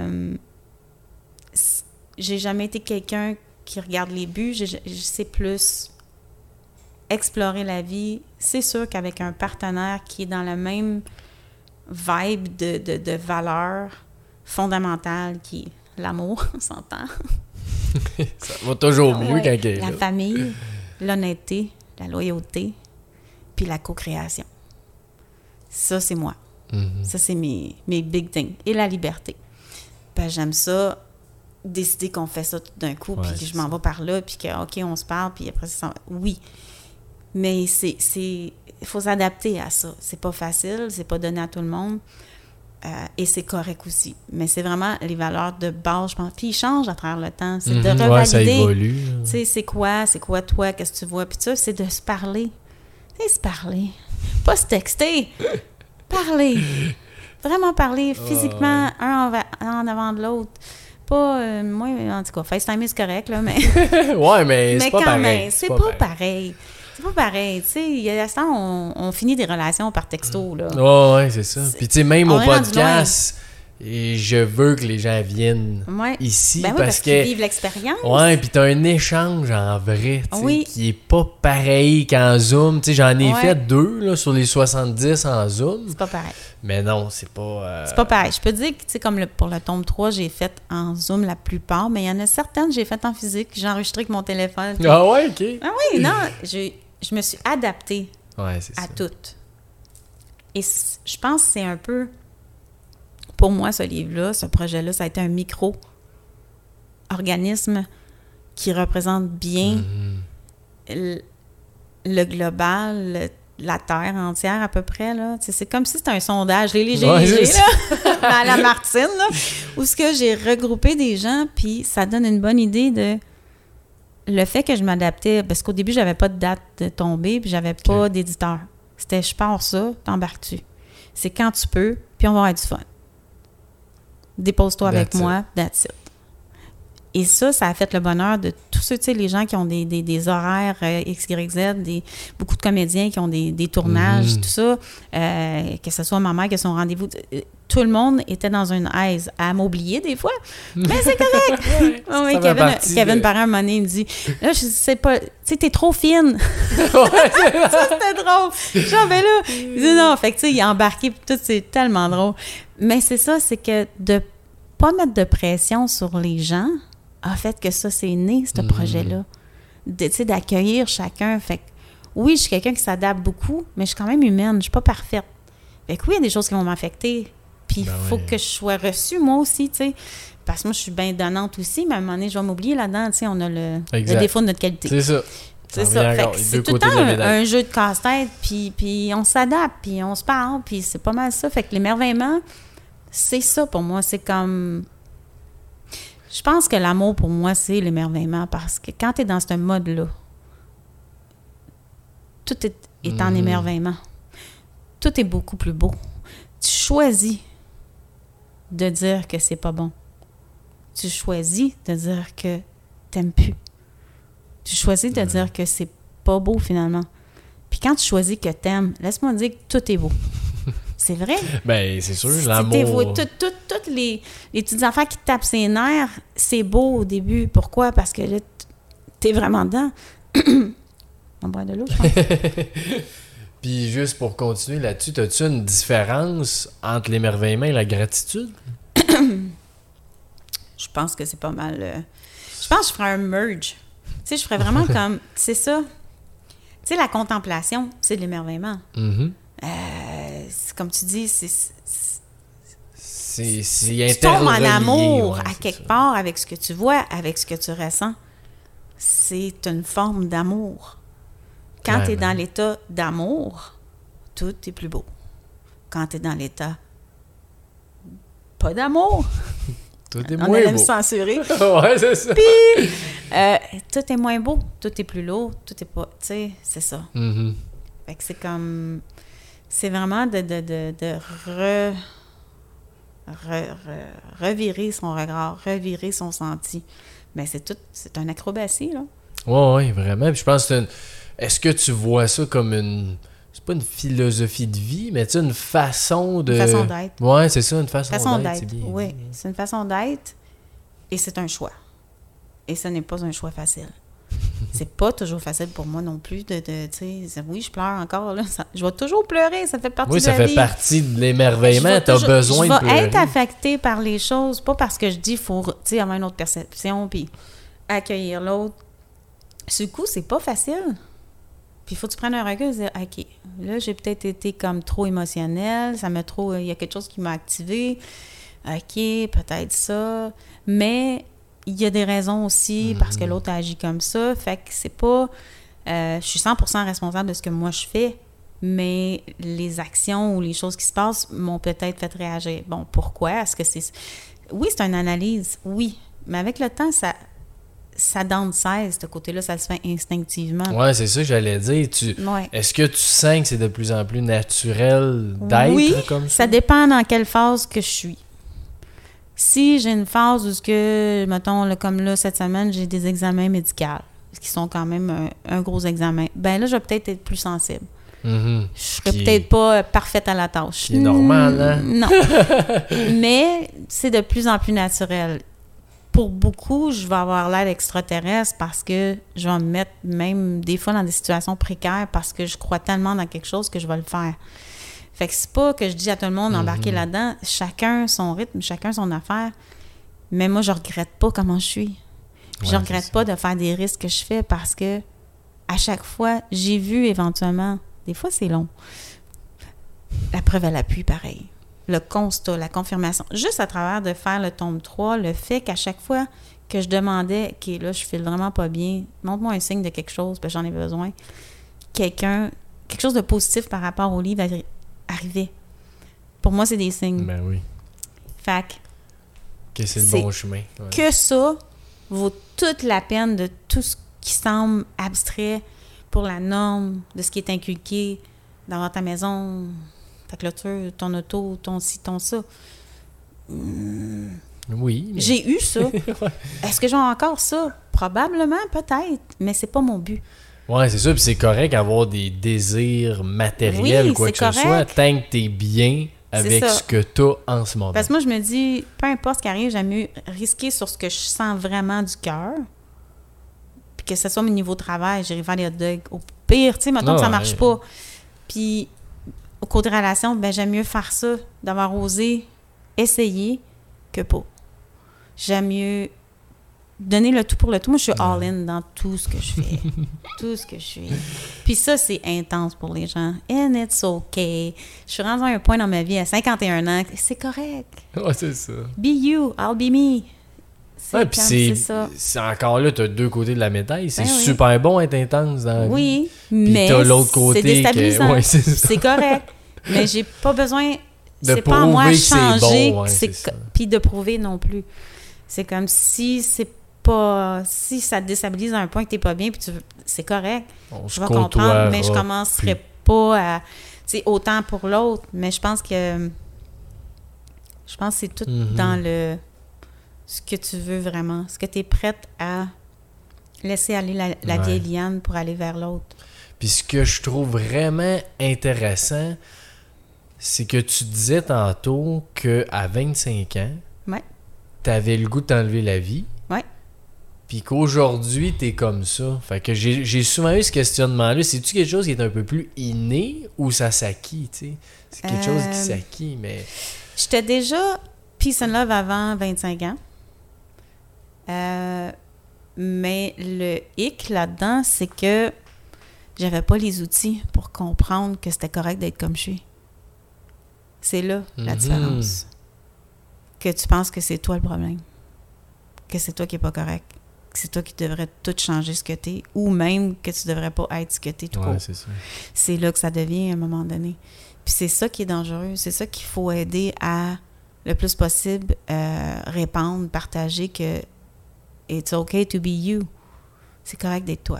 Speaker 2: j'ai jamais été quelqu'un qui regarde les buts. Je sais plus explorer la vie. C'est sûr qu'avec un partenaire qui est dans la même vibe de valeurs fondamentale qui est l'amour, on s'entend.
Speaker 1: Ça va toujours mieux quand il est
Speaker 2: la
Speaker 1: là.
Speaker 2: famille, l'honnêteté, la loyauté, puis la co-création. Ça, c'est moi. Ça, c'est mes big things. Et la liberté. Ben, j'aime ça, décider qu'on fait ça tout d'un coup, puis que je m'en vais par là, puis que, OK, on se parle, puis après, oui. Mais il faut s'adapter à ça. C'est pas facile, c'est pas donné à tout le monde. Et c'est correct aussi. Mais c'est vraiment les valeurs de base, je pense. Puis ils changent à travers le temps. C'est de revalider.
Speaker 1: Ouais, ça évolue.
Speaker 2: Tu sais, c'est quoi toi, qu'est-ce que tu vois? Puis ça, c'est de se parler. C'est se parler. Pas se texter. Parler. Vraiment parler physiquement, un en avant de l'autre. Pas, moi, en tout cas, FaceTime, c'est correct, là, mais...
Speaker 1: ouais, mais c'est pas pareil.
Speaker 2: Même, c'est pas pareil. C'est pas pareil, tu sais, il y a l'instant, on finit des relations par texto, là.
Speaker 1: Ouais, c'est ça. Puis tu sais, même au podcast, je veux que les gens viennent ici parce
Speaker 2: qu'ils vivent l'expérience.
Speaker 1: Ouais, puis t'as un échange en vrai, tu sais, qui est pas pareil qu'en Zoom. Tu sais, j'en ai fait 2, là, sur les 70 en Zoom.
Speaker 2: C'est pas pareil.
Speaker 1: Mais non, c'est pas...
Speaker 2: C'est pas pareil. Je peux dire que, tu sais, comme pour le tome 3, j'ai fait en Zoom la plupart, mais il y en a certaines que j'ai faites en physique, j'ai enregistré avec mon téléphone. Puis...
Speaker 1: Ah ouais, OK.
Speaker 2: Ah oui, non, je me suis adaptée à toutes. Et je pense que c'est un peu, pour moi, ce livre-là, ce projet-là, ça a été un micro-organisme qui représente bien le global, la Terre entière à peu près. Là. C'est comme si c'était un sondage léger, là, à la Martine, là, où ce que j'ai regroupé des gens, puis ça donne une bonne idée de le fait que je m'adaptais, parce qu'au début, j'avais pas de date de tombée, puis j'avais pas d'éditeur. C'était je pars ça, t'embarques-tu. C'est quand tu peux, puis on va avoir du fun. Dépose-toi avec moi, that's it. Et ça a fait le bonheur de tous ceux, tu sais, les gens qui ont des horaires XYZ, beaucoup de comédiens qui ont des tournages, tout ça, que ce soit ma mère qui a son rendez-vous. Tout le monde était dans une aise à m'oublier des fois, mais c'est correct. Kevin Parent, un moment donné, il me dit, là, je sais pas, tu sais, t'es trop fine. Ça, c'était drôle. Genre, ben là, il dit non, fait que tu sais, il est embarqué, puis tout, c'est tellement drôle. Mais c'est ça, c'est que de pas mettre de pression sur les gens a fait que ça, c'est né, ce projet-là. Tu sais, d'accueillir chacun. Fait que, oui, je suis quelqu'un qui s'adapte beaucoup, mais je suis quand même humaine, je suis pas parfaite. Fait que oui, il y a des choses qui vont m'affecter. Puis il faut que je sois reçue, moi aussi, tu sais. Parce que moi, je suis bien donnante aussi, mais à un moment donné, je vais m'oublier là-dedans, tu sais, on a le défaut de notre qualité.
Speaker 1: C'est ça.
Speaker 2: C'est ça. Fait que c'est tout le temps un jeu de casse-tête, puis on s'adapte, puis on se parle, puis c'est pas mal ça. Fait que l'émerveillement, c'est ça pour moi. C'est comme... Je pense que l'amour, pour moi, c'est l'émerveillement, parce que quand tu es dans ce mode-là, tout est en émerveillement. Tout est beaucoup plus beau. Tu choisis de dire que c'est pas bon. Tu choisis de dire que t'aimes plus. Tu choisis de dire que c'est pas beau, finalement. Puis quand tu choisis que t'aimes, laisse-moi dire que tout est beau. C'est vrai.
Speaker 1: Ben, c'est sûr, l'amour...
Speaker 2: Toutes les petites affaires qui te tapent ses nerfs, c'est beau au début. Pourquoi? Parce que là, t'es vraiment dedans. On boit de l'eau, je pense.
Speaker 1: Puis juste pour continuer là-dessus, as-tu une différence entre l'émerveillement et la gratitude?
Speaker 2: Je pense que c'est pas mal... Je pense que je ferais un merge. Tu sais, je ferais vraiment comme... C'est ça. Tu sais, la contemplation, c'est de l'émerveillement.
Speaker 1: Mm-hmm.
Speaker 2: Comme tu dis,
Speaker 1: Si C'est
Speaker 2: tu tombes en
Speaker 1: interrelié,
Speaker 2: amour
Speaker 1: ouais,
Speaker 2: à
Speaker 1: c'est
Speaker 2: quelque
Speaker 1: ça.
Speaker 2: part avec ce que tu vois, avec ce que tu ressens. C'est une forme d'amour. Quand tu es
Speaker 1: Clairement.
Speaker 2: dans l'état d'amour, tout est plus beau. Quand tu es dans l'état pas d'amour,
Speaker 1: Tout est
Speaker 2: on
Speaker 1: moins
Speaker 2: allait me
Speaker 1: beau.
Speaker 2: censurer.
Speaker 1: Ouais, c'est ça.
Speaker 2: Tout est moins beau, tout est plus lourd, tout est pas... Tu sais, c'est ça.
Speaker 1: Mhm.
Speaker 2: Fait que c'est comme... C'est vraiment de revirer son regard, revirer son senti. Mais c'est une acrobatie, là.
Speaker 1: Ouais, vraiment. Puis je pense que est-ce que tu vois ça comme une... C'est pas une philosophie de vie, mais tu sais, une façon de...
Speaker 2: Une façon d'être.
Speaker 1: Ouais, c'est ça, une façon
Speaker 2: Façon
Speaker 1: d'être. C'est
Speaker 2: d'être,
Speaker 1: bien
Speaker 2: oui.
Speaker 1: dit.
Speaker 2: C'est une façon d'être et c'est un choix. Et ce n'est pas un choix facile. C'est pas toujours facile pour moi non plus tu sais, oui, je pleure encore, là. Je vais toujours pleurer, ça fait partie
Speaker 1: Oui,
Speaker 2: de
Speaker 1: ça
Speaker 2: la
Speaker 1: fait
Speaker 2: vie.
Speaker 1: partie de l'émerveillement. T'as besoin de
Speaker 2: Je
Speaker 1: pleurer.
Speaker 2: vais être affectée par les choses, pas parce que je dis faut, tu sais, avoir une autre perception, puis accueillir l'autre. Du coup, c'est pas facile. Puis il faut que tu prennes un recul et dire, OK, là, j'ai peut-être été comme trop émotionnelle, il y a quelque chose qui m'a activé. OK, peut-être ça. Mais il y a des raisons aussi parce que l'autre a agi comme ça. Fait que c'est pas... je suis 100% responsable de ce que moi je fais, mais les actions ou les choses qui se passent m'ont peut-être fait réagir. Bon, pourquoi? Est-ce que c'est... Oui, c'est une analyse, oui. Mais avec le temps, ça downsize, ce côté-là, ça se fait instinctivement.
Speaker 1: Ouais, c'est ça que j'allais dire.
Speaker 2: Ouais.
Speaker 1: Est-ce que tu sens que c'est de plus en plus naturel d'être
Speaker 2: Oui,
Speaker 1: comme ça?
Speaker 2: ça dépend dans quelle phase que je suis. Si j'ai une phase où, mettons, là, comme là, cette semaine, j'ai des examens médicaux, qui sont quand même un gros examen, ben là, je vais peut-être être plus sensible.
Speaker 1: Mhm.
Speaker 2: Je serais peut-être pas parfaite à la tâche.
Speaker 1: C'est normal, hein?
Speaker 2: Non. Mais c'est de plus en plus naturel. Pour beaucoup, je vais avoir l'air extraterrestre parce que je vais me mettre même des fois dans des situations précaires parce que je crois tellement dans quelque chose que je vais le faire. Fait que c'est pas que je dis à tout le monde d'embarquer là-dedans. Chacun son rythme, chacun son affaire. Mais moi, je regrette pas comment je suis. Puis je regrette pas de faire des risques que je fais parce que à chaque fois, j'ai vu éventuellement, des fois c'est long, la preuve à l'appui, pareil. Le constat, la confirmation. Juste à travers de faire le tome 3, le fait qu'à chaque fois que je demandais, OK, là, je file vraiment pas bien, montre-moi un signe de quelque chose, parce que j'en ai besoin. Quelque chose de positif par rapport au livre arrivait. Pour moi, c'est des signes.
Speaker 1: Ben oui.
Speaker 2: Fait
Speaker 1: Que c'est le bon chemin. Ouais.
Speaker 2: que ça vaut toute la peine de tout ce qui semble abstrait pour la norme, de ce qui est inculqué dans ta maison, ta clôture, ton auto, ton ci, ton ça.
Speaker 1: Oui. Mais...
Speaker 2: J'ai eu ça. Est-ce que j'ai encore ça? Probablement, peut-être, mais c'est pas mon but.
Speaker 1: Ouais, c'est ça. Puis c'est correct d'avoir des désirs matériels,
Speaker 2: Oui,
Speaker 1: quoi
Speaker 2: c'est
Speaker 1: que ce soit,
Speaker 2: correct.
Speaker 1: tant que t'es bien avec
Speaker 2: ça.
Speaker 1: ce que t'as en ce moment.
Speaker 2: Parce que moi, je me dis, peu importe ce qui arrive, j'aime mieux risquer sur ce que je sens vraiment du cœur. Puis que ce soit mon niveau de travail, j'irai faire des hot dogs. Au pire, tu sais, mettons que ça marche pas. Puis, au cours de relation, ben j'aime mieux faire ça, d'avoir osé essayer que pas. J'aime mieux donner le tout pour le tout. Moi, je suis all-in dans tout ce que je fais. Tout ce que je suis. Puis ça, c'est intense pour les gens. And it's okay. Je suis rendue à un point dans ma vie à 51 ans. C'est correct.
Speaker 1: Ouais, c'est ça.
Speaker 2: Be you, I'll be me.
Speaker 1: Ouais, puis
Speaker 2: c'est ça.
Speaker 1: c'est encore là, t'as deux côtés de la médaille. C'est
Speaker 2: Ben oui.
Speaker 1: super bon être intense dans la vie.
Speaker 2: Oui,
Speaker 1: Puis
Speaker 2: mais
Speaker 1: t'as l'autre côté
Speaker 2: c'est déstabilisant.
Speaker 1: ouais, c'est ça.
Speaker 2: C'est correct. Mais j'ai pas besoin...
Speaker 1: De
Speaker 2: c'est pas à moi à
Speaker 1: prouver que c'est
Speaker 2: changer.
Speaker 1: bon, ouais, c'est ça.
Speaker 2: Puis de prouver non plus. C'est comme si c'est pas... Si ça te déstabilise à un point que t'es pas bien, puis c'est correct.
Speaker 1: On
Speaker 2: Je
Speaker 1: se
Speaker 2: vais comprendre, mais je
Speaker 1: côtoiera
Speaker 2: commencerai
Speaker 1: plus.
Speaker 2: pas à... Tu sais, autant pour l'autre, mais je pense que... Je pense que c'est tout dans le... Ce que tu veux vraiment. Ce que tu es prête à laisser aller la vieille liane pour aller vers l'autre.
Speaker 1: Puis ce que je trouve vraiment intéressant, c'est que tu disais tantôt qu'à 25 ans,
Speaker 2: Ouais.
Speaker 1: t'avais le goût de t'enlever la vie.
Speaker 2: Ouais.
Speaker 1: Puis qu'aujourd'hui, t'es comme ça. Fait que j'ai souvent eu ce questionnement-là. C'est-tu quelque chose qui est un peu plus inné ou ça s'acquit, tu sais? C'est quelque chose qui s'acquit, mais...
Speaker 2: J'étais déjà peace and love avant 25 ans. Mais le hic là-dedans, c'est que j'avais pas les outils pour comprendre que c'était correct d'être comme je suis. C'est là la différence. que tu penses que c'est toi le problème, que c'est toi qui n'es pas correct, que c'est toi qui devrais tout changer ce que tu es, ou même que tu devrais pas être ce que tu es tout court.
Speaker 1: C'est ça.
Speaker 2: C'est là que ça devient à un moment donné. Puis c'est ça qui est dangereux, c'est ça qu'il faut aider à, le plus possible, répandre, partager que it's okay to be you. C'est correct d'être toi.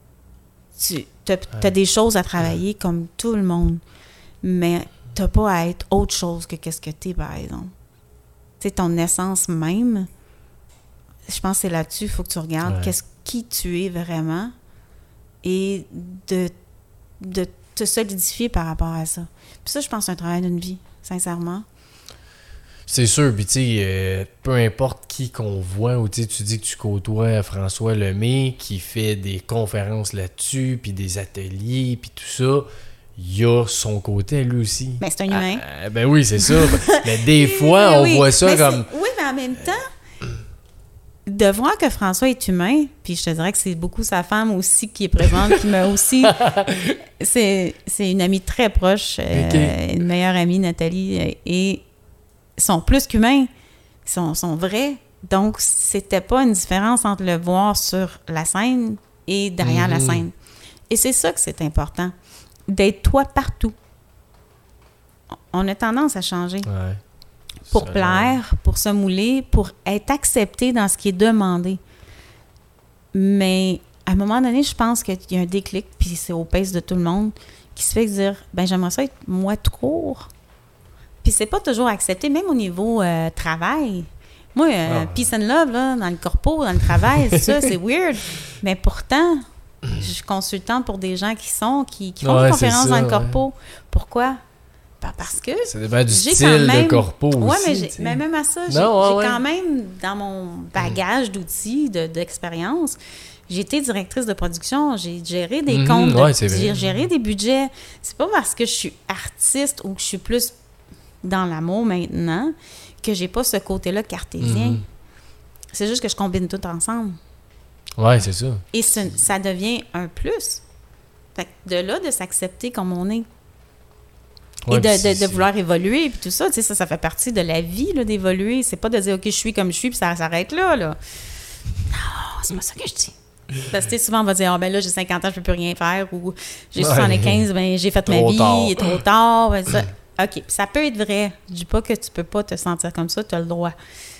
Speaker 2: Tu as des choses à travailler comme tout le monde, mais tu n'as pas à être autre chose que qu'est-ce que tu es, par exemple. Tu sais, ton essence même, je pense que c'est là-dessus, il faut que tu regardes qui tu es vraiment et de te solidifier par rapport à ça. Puis ça, je pense que c'est un travail d'une vie, sincèrement.
Speaker 1: C'est sûr, puis tu sais, peu importe qui qu'on voit, ou tu dis que tu côtoies François Lemay qui fait des conférences là-dessus, puis des ateliers, puis tout ça, il a son côté à lui aussi.
Speaker 2: Ben, c'est un humain.
Speaker 1: Ben oui, c'est ça. Mais des fois, on voit ça comme...
Speaker 2: Oui, mais en même temps, de voir que François est humain, puis je te dirais que c'est beaucoup sa femme aussi qui est présente, qui m'a aussi... c'est une amie très proche, une meilleure amie, Nathalie, et sont plus qu'humains, sont vrais. Donc, c'était pas une différence entre le voir sur la scène et derrière la scène. Et c'est ça que c'est important, d'être toi partout. On a tendance à changer. Pour plaire, pour se mouler, pour être accepté dans ce qui est demandé. Mais à un moment donné, je pense qu'il y a un déclic, puis c'est au pace de tout le monde, qui se fait dire, ben j'aimerais ça être moi tout court. Puis c'est pas toujours accepté, même au niveau travail. Moi, peace and love, là, dans le corpo, dans le travail, ça, c'est weird. Mais pourtant, je suis consultante pour des gens qui font des conférences dans le corpo. Pourquoi? Parce que
Speaker 1: ça dépend du style de corpo aussi.
Speaker 2: Oui, mais même à ça, j'ai quand même, dans mon bagage d'outils, d'expérience, j'ai été directrice de production, j'ai géré des comptes, j'ai géré des budgets. C'est pas parce que je suis artiste ou que je suis plus dans l'amour maintenant que j'ai pas ce côté-là cartésien. C'est juste que je combine tout ensemble.
Speaker 1: Oui, c'est ça.
Speaker 2: Et ça devient un plus. Fait que de là, de s'accepter comme on est. Et de vouloir évoluer, puis tout ça, tu sais, ça fait partie de la vie, là, d'évoluer. C'est pas de dire, OK, je suis comme je suis, puis ça s'arrête là. Non, c'est pas ça que je dis. Parce que souvent, on va dire, ben là, j'ai 50 ans, je peux plus rien faire, ou j'ai 75, ben j'ai fait ma vie, il est trop tard. Ben, ça. OK, ça peut être vrai. Je dis pas que tu peux pas te sentir comme ça, tu as le droit.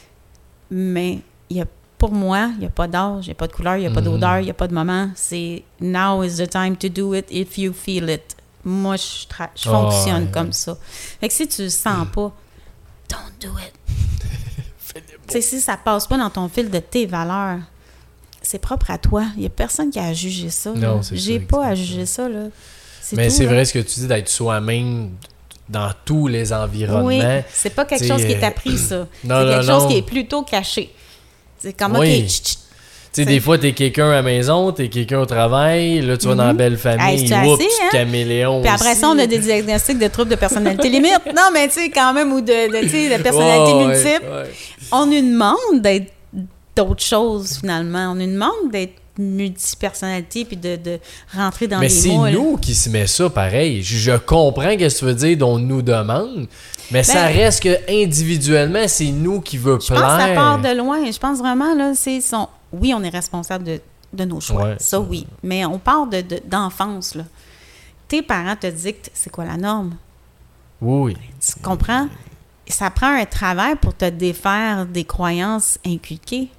Speaker 2: Mais pour moi, il n'y a pas d'âge, il n'y a pas de couleur, il n'y a pas d'odeur, il n'y a pas de moment. C'est « now is the time to do it if you feel it ». Moi, je fonctionne comme ça. Fait que si tu le sens pas, don't do it. Tu sais, si ça passe pas dans ton fil de tes valeurs, c'est propre à toi. Il n'y a personne qui a à juger ça.
Speaker 1: Non, c'est
Speaker 2: J'ai pas à juger ça, là.
Speaker 1: Mais c'est vrai ce que tu dis, d'être soi-même dans tous les environnements.
Speaker 2: Oui, c'est pas quelque chose qui est appris, ça. C'est quelque chose qui est plutôt caché. C'est comme, OK,
Speaker 1: tu sais, des fois, t'es quelqu'un à la maison, t'es quelqu'un au travail, là, tu vas dans la belle famille, caméléon.
Speaker 2: Puis après ça, on a des diagnostics de troubles de personnalité limite. Non, mais tu sais, quand même, ou de personnalité multiple. On nous demande d'être d'autres choses, finalement. On nous demande d'être multipersonnalité puis de rentrer dans les mots.
Speaker 1: Mais c'est nous qui se met ça, pareil. Je comprends ce que tu veux dire, dont on nous demande, mais ça reste que individuellement, c'est nous qui veut plaire.
Speaker 2: Je pense que ça part de loin. Je pense vraiment, là, oui, on est responsable de nos choix. Ça, oui. Mais on part d'enfance, là. Tes parents te dictent c'est quoi la norme.
Speaker 1: Oui.
Speaker 2: Tu comprends? Ça prend un travail pour te défaire des croyances inculquées.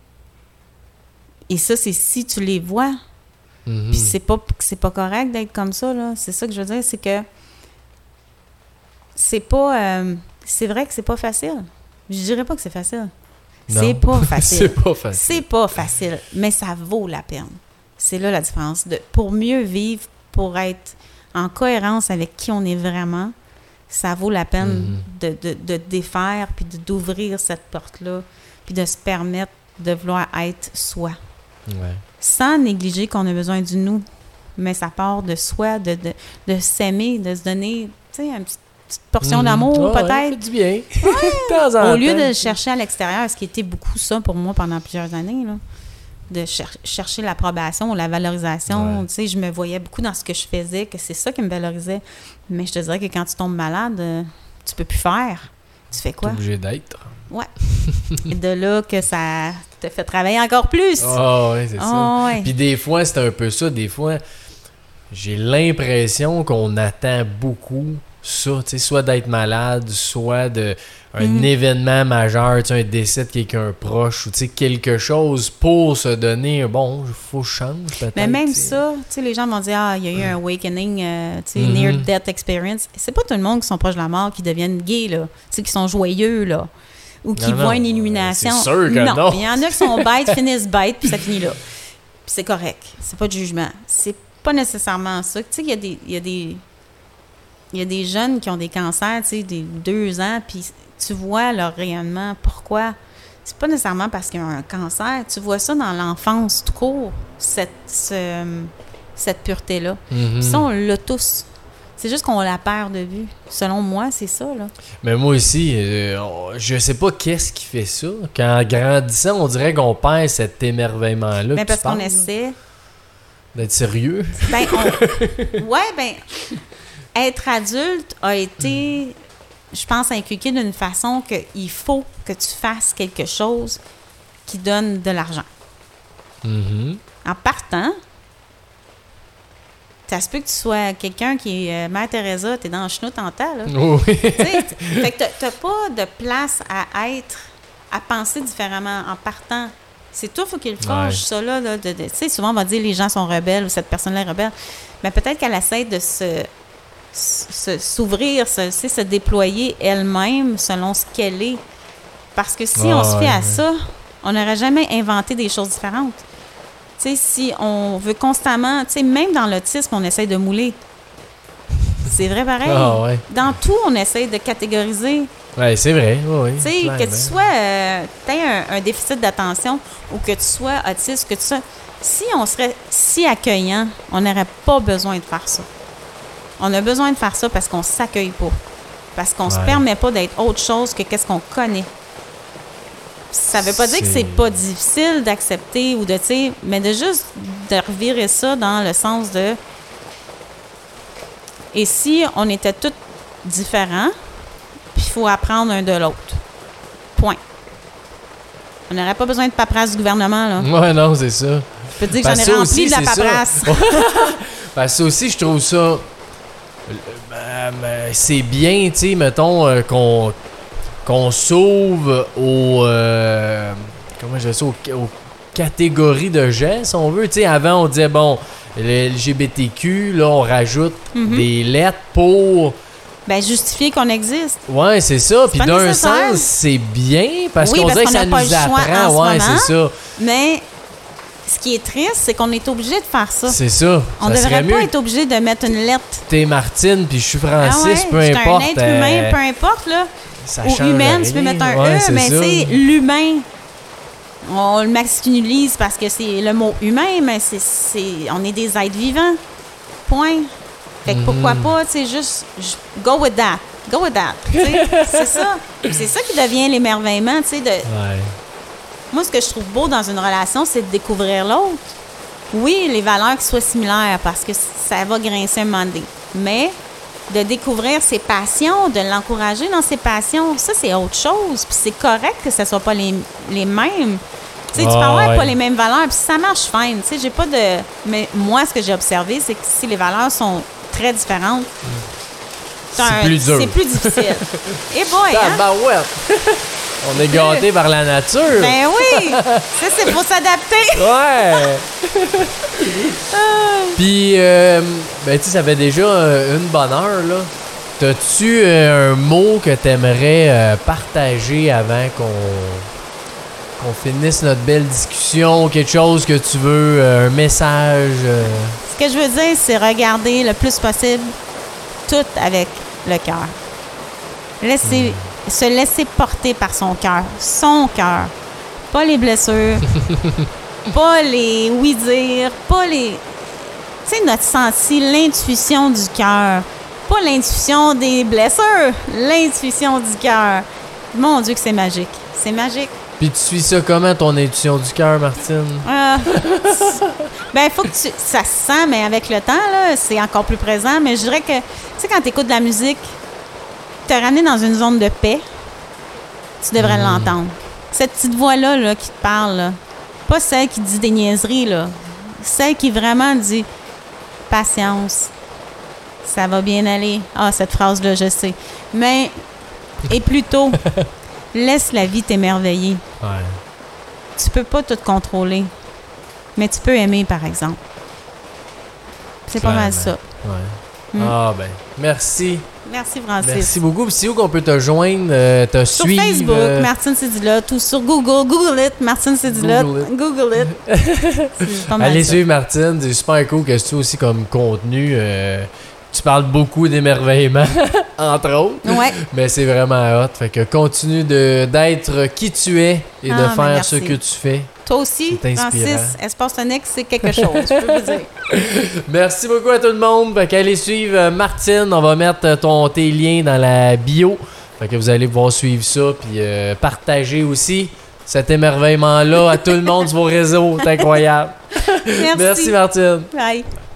Speaker 2: Et ça, c'est si tu les vois. Puis c'est pas correct d'être comme ça, là. C'est ça que je veux dire, c'est que c'est pas... c'est vrai que c'est pas facile. Je dirais pas que c'est facile.
Speaker 1: Non.
Speaker 2: C'est pas facile.
Speaker 1: C'est pas facile.
Speaker 2: C'est pas facile, mais ça vaut la peine. C'est là la différence. Pour mieux vivre, pour être en cohérence avec qui on est vraiment, ça vaut la peine de défaire, puis d'ouvrir cette porte-là, puis de se permettre de vouloir être soi.
Speaker 1: Ouais.
Speaker 2: Sans négliger qu'on a besoin du nous. Mais ça part de soi, de s'aimer, de se donner, tu sais, une petite portion d'amour, peut-être.
Speaker 1: Ouais, du bien. De temps en temps.
Speaker 2: Au lieu de le chercher à l'extérieur, ce qui était beaucoup ça pour moi pendant plusieurs années, là, de chercher l'approbation, la valorisation. Tu sais, je me voyais beaucoup dans ce que je faisais, que c'est ça qui me valorisait. Mais je te dirais que quand tu tombes malade, tu peux plus faire. tu fais quoi?
Speaker 1: T'es obligé d'être.
Speaker 2: Ouais. Et de là que ça te fait travailler encore plus.
Speaker 1: Ah oui, c'est ça.
Speaker 2: Ouais.
Speaker 1: Puis des fois, c'est un peu ça. Des fois, j'ai l'impression qu'on attend beaucoup ça, tu sais, soit d'être malade, soit d'un événement majeur, tu sais, un décès de quelqu'un proche, ou tu sais, quelque chose pour se donner, bon, il faut que je change peut-être.
Speaker 2: Mais même
Speaker 1: t'sais.
Speaker 2: ça, tu sais, les gens vont dire, il y a eu un awakening, tu sais, near-death experience. C'est pas tout le monde qui sont proches de la mort qui deviennent gays, là. Tu sais, qui sont joyeux, là. Ou qui voient une illumination.
Speaker 1: C'est sûr que non.
Speaker 2: Il y en a qui sont bêtes, finissent bêtes, puis ça finit là. Puis c'est correct. C'est pas de jugement. C'est pas nécessairement ça. Tu sais, il y a des jeunes qui ont des cancers, tu sais, des 2 ans, puis tu vois leur rayonnement. Pourquoi? C'est pas nécessairement parce qu'il y a un cancer. Tu vois ça dans l'enfance tout court, cette pureté-là. Puis ça, on l'a tous. C'est juste qu'on la perd de vue. Selon moi, c'est ça, là.
Speaker 1: Mais moi aussi, je sais pas qu'est-ce qui fait ça. Qu'en grandissant, on dirait qu'on perd cet émerveillement-là.
Speaker 2: Mais parce qu'on essaie
Speaker 1: d'être sérieux.
Speaker 2: Être adulte a été, je pense, inculqué d'une façon qu'il faut que tu fasses quelque chose qui donne de l'argent. En partant, ça se peut que tu sois quelqu'un qui est Mère Teresa, t'es dans le chenoute en temps, là.
Speaker 1: Oui.
Speaker 2: Fait que t'as pas de place à penser différemment en partant. C'est toi, il faut qu'il forge ça, là. Tu sais, souvent, on va dire les gens sont rebelles ou cette personne-là est rebelle. Mais peut-être qu'elle essaie de s'ouvrir, se déployer elle-même selon ce qu'elle est. Parce que si on se fait à ça, on n'aurait jamais inventé des choses différentes. Tu sais, si on veut constamment, tu sais, même dans l'autisme, on essaie de mouler. C'est vrai pareil. Dans tout, on essaie de catégoriser.
Speaker 1: Oui, c'est vrai. Oui,
Speaker 2: tu sais, que tu sois, t'aies un déficit d'attention ou que tu sois autiste, que tu sois... Si on serait si accueillant, on n'aurait pas besoin de faire ça. On a besoin de faire ça parce qu'on s'accueille pas. Parce qu'on se permet pas d'être autre chose que qu'est-ce qu'on connaît. Ça veut pas dire que c'est pas difficile d'accepter ou de, tu sais, mais de juste de revirer ça dans le sens de... Et si on était tous différents, puis il faut apprendre un de l'autre. Point. On n'aurait pas besoin de paperasse du gouvernement, là.
Speaker 1: Ouais, non, c'est ça.
Speaker 2: Je peux te dire que j'en ai rempli de la paperasse.
Speaker 1: Ça aussi, je trouve ça... c'est bien, tu sais, mettons, qu'on s'ouvre aux catégories de gens, si on veut. Tu sais, avant, on disait, bon, le LGBTQ, là, on rajoute des lettres pour...
Speaker 2: Ben, justifier qu'on existe.
Speaker 1: Ouais, c'est ça. Puis d'un sens, c'est bien, parce qu'on dirait que ça nous apprend. Ouais, c'est ça.
Speaker 2: Mais... Ce qui est triste, c'est qu'on est obligé de faire ça.
Speaker 1: C'est ça.
Speaker 2: On ne devrait pas être obligé de mettre une lettre.
Speaker 1: T'es Martine, puis je suis Francis, peu importe.
Speaker 2: Je suis un être humain, peu importe, là.
Speaker 1: Ça
Speaker 2: ou humaine, tu peux mettre un E, mais tu sais, l'humain, on le masculinise parce que c'est le mot humain, mais on est des êtres vivants. Point. Fait que pourquoi pas, tu sais, juste go with that. Go with that. C'est ça. C'est ça qui devient l'émerveillement, tu sais, Moi, ce que je trouve beau dans une relation, c'est de découvrir l'autre. Oui, les valeurs qui soient similaires, parce que ça va grincer un moment donné. Mais de découvrir ses passions, de l'encourager dans ses passions, ça, c'est autre chose. Puis c'est correct que ce ne soit pas les mêmes. Tu sais, tu peux avoir pas les mêmes valeurs, puis ça marche fine. Tu sais, j'ai pas de... Mais moi, ce que j'ai observé, c'est que si les valeurs sont très différentes,
Speaker 1: c'est plus dur.
Speaker 2: C'est plus difficile. Et boy,
Speaker 1: on est gâtés par la nature.
Speaker 2: Ben oui! Ça, c'est pour s'adapter.
Speaker 1: Ouais! Puis, ben, tu sais, ça fait déjà une bonne heure, là. T'as-tu un mot que t'aimerais partager avant qu'on finisse notre belle discussion? Quelque chose que tu veux, un message?
Speaker 2: Ce que je veux dire, c'est regarder le plus possible tout avec le cœur. Se laisser porter par son cœur. Son cœur. Pas les blessures. Pas les oui-dire. Pas les... Tu sais, notre senti, l'intuition du cœur. Pas l'intuition des blessures. L'intuition du cœur. Mon Dieu que c'est magique. C'est magique.
Speaker 1: Puis tu suis ça comment, ton intuition du cœur, Martine?
Speaker 2: Ben, il faut que ça se sent, mais avec le temps, là, c'est encore plus présent. Mais je dirais que, tu sais, quand tu écoutes de la musique, te ramener dans une zone de paix, tu devrais l'entendre. Cette petite voix-là là, qui te parle, là, pas celle qui dit des niaiseries, là, celle qui vraiment dit « Patience, ça va bien aller. » Ah, cette phrase-là, je sais. Mais, et plutôt, laisse la vie t'émerveiller.
Speaker 1: Ouais.
Speaker 2: Tu peux pas tout contrôler, mais tu peux aimer, par exemple. C'est pas mal ça.
Speaker 1: Ouais. Ah, ben, merci.
Speaker 2: Merci, Francis.
Speaker 1: Merci beaucoup. Puis c'est où qu'on peut te joindre, te
Speaker 2: Sur
Speaker 1: suivre?
Speaker 2: Facebook, Martine Cédilotte, ou sur Google it, Martine Cédilotte. Google it. C'est pas mal
Speaker 1: Allez
Speaker 2: ça.
Speaker 1: suivre Martine, c'est super cool que tu aussi comme contenu. Tu parles beaucoup d'émerveillement, entre autres.
Speaker 2: Ouais.
Speaker 1: Mais c'est vraiment hot. Fait que continue d'être qui tu es et de
Speaker 2: Ah, mais
Speaker 1: faire ce
Speaker 2: merci.
Speaker 1: que tu fais.
Speaker 2: Toi aussi,
Speaker 1: C'est inspirant.
Speaker 2: Francis, Espace Tonique, c'est quelque chose, je peux vous dire.
Speaker 1: Merci beaucoup à tout le monde. Fait qu'allez suivre Martine. On va mettre tes liens dans la bio. Fait que vous allez pouvoir suivre ça. Puis partager aussi cet émerveillement-là à tout le monde sur vos réseaux. C'est incroyable.
Speaker 2: Merci.
Speaker 1: Merci Martine.
Speaker 2: Bye.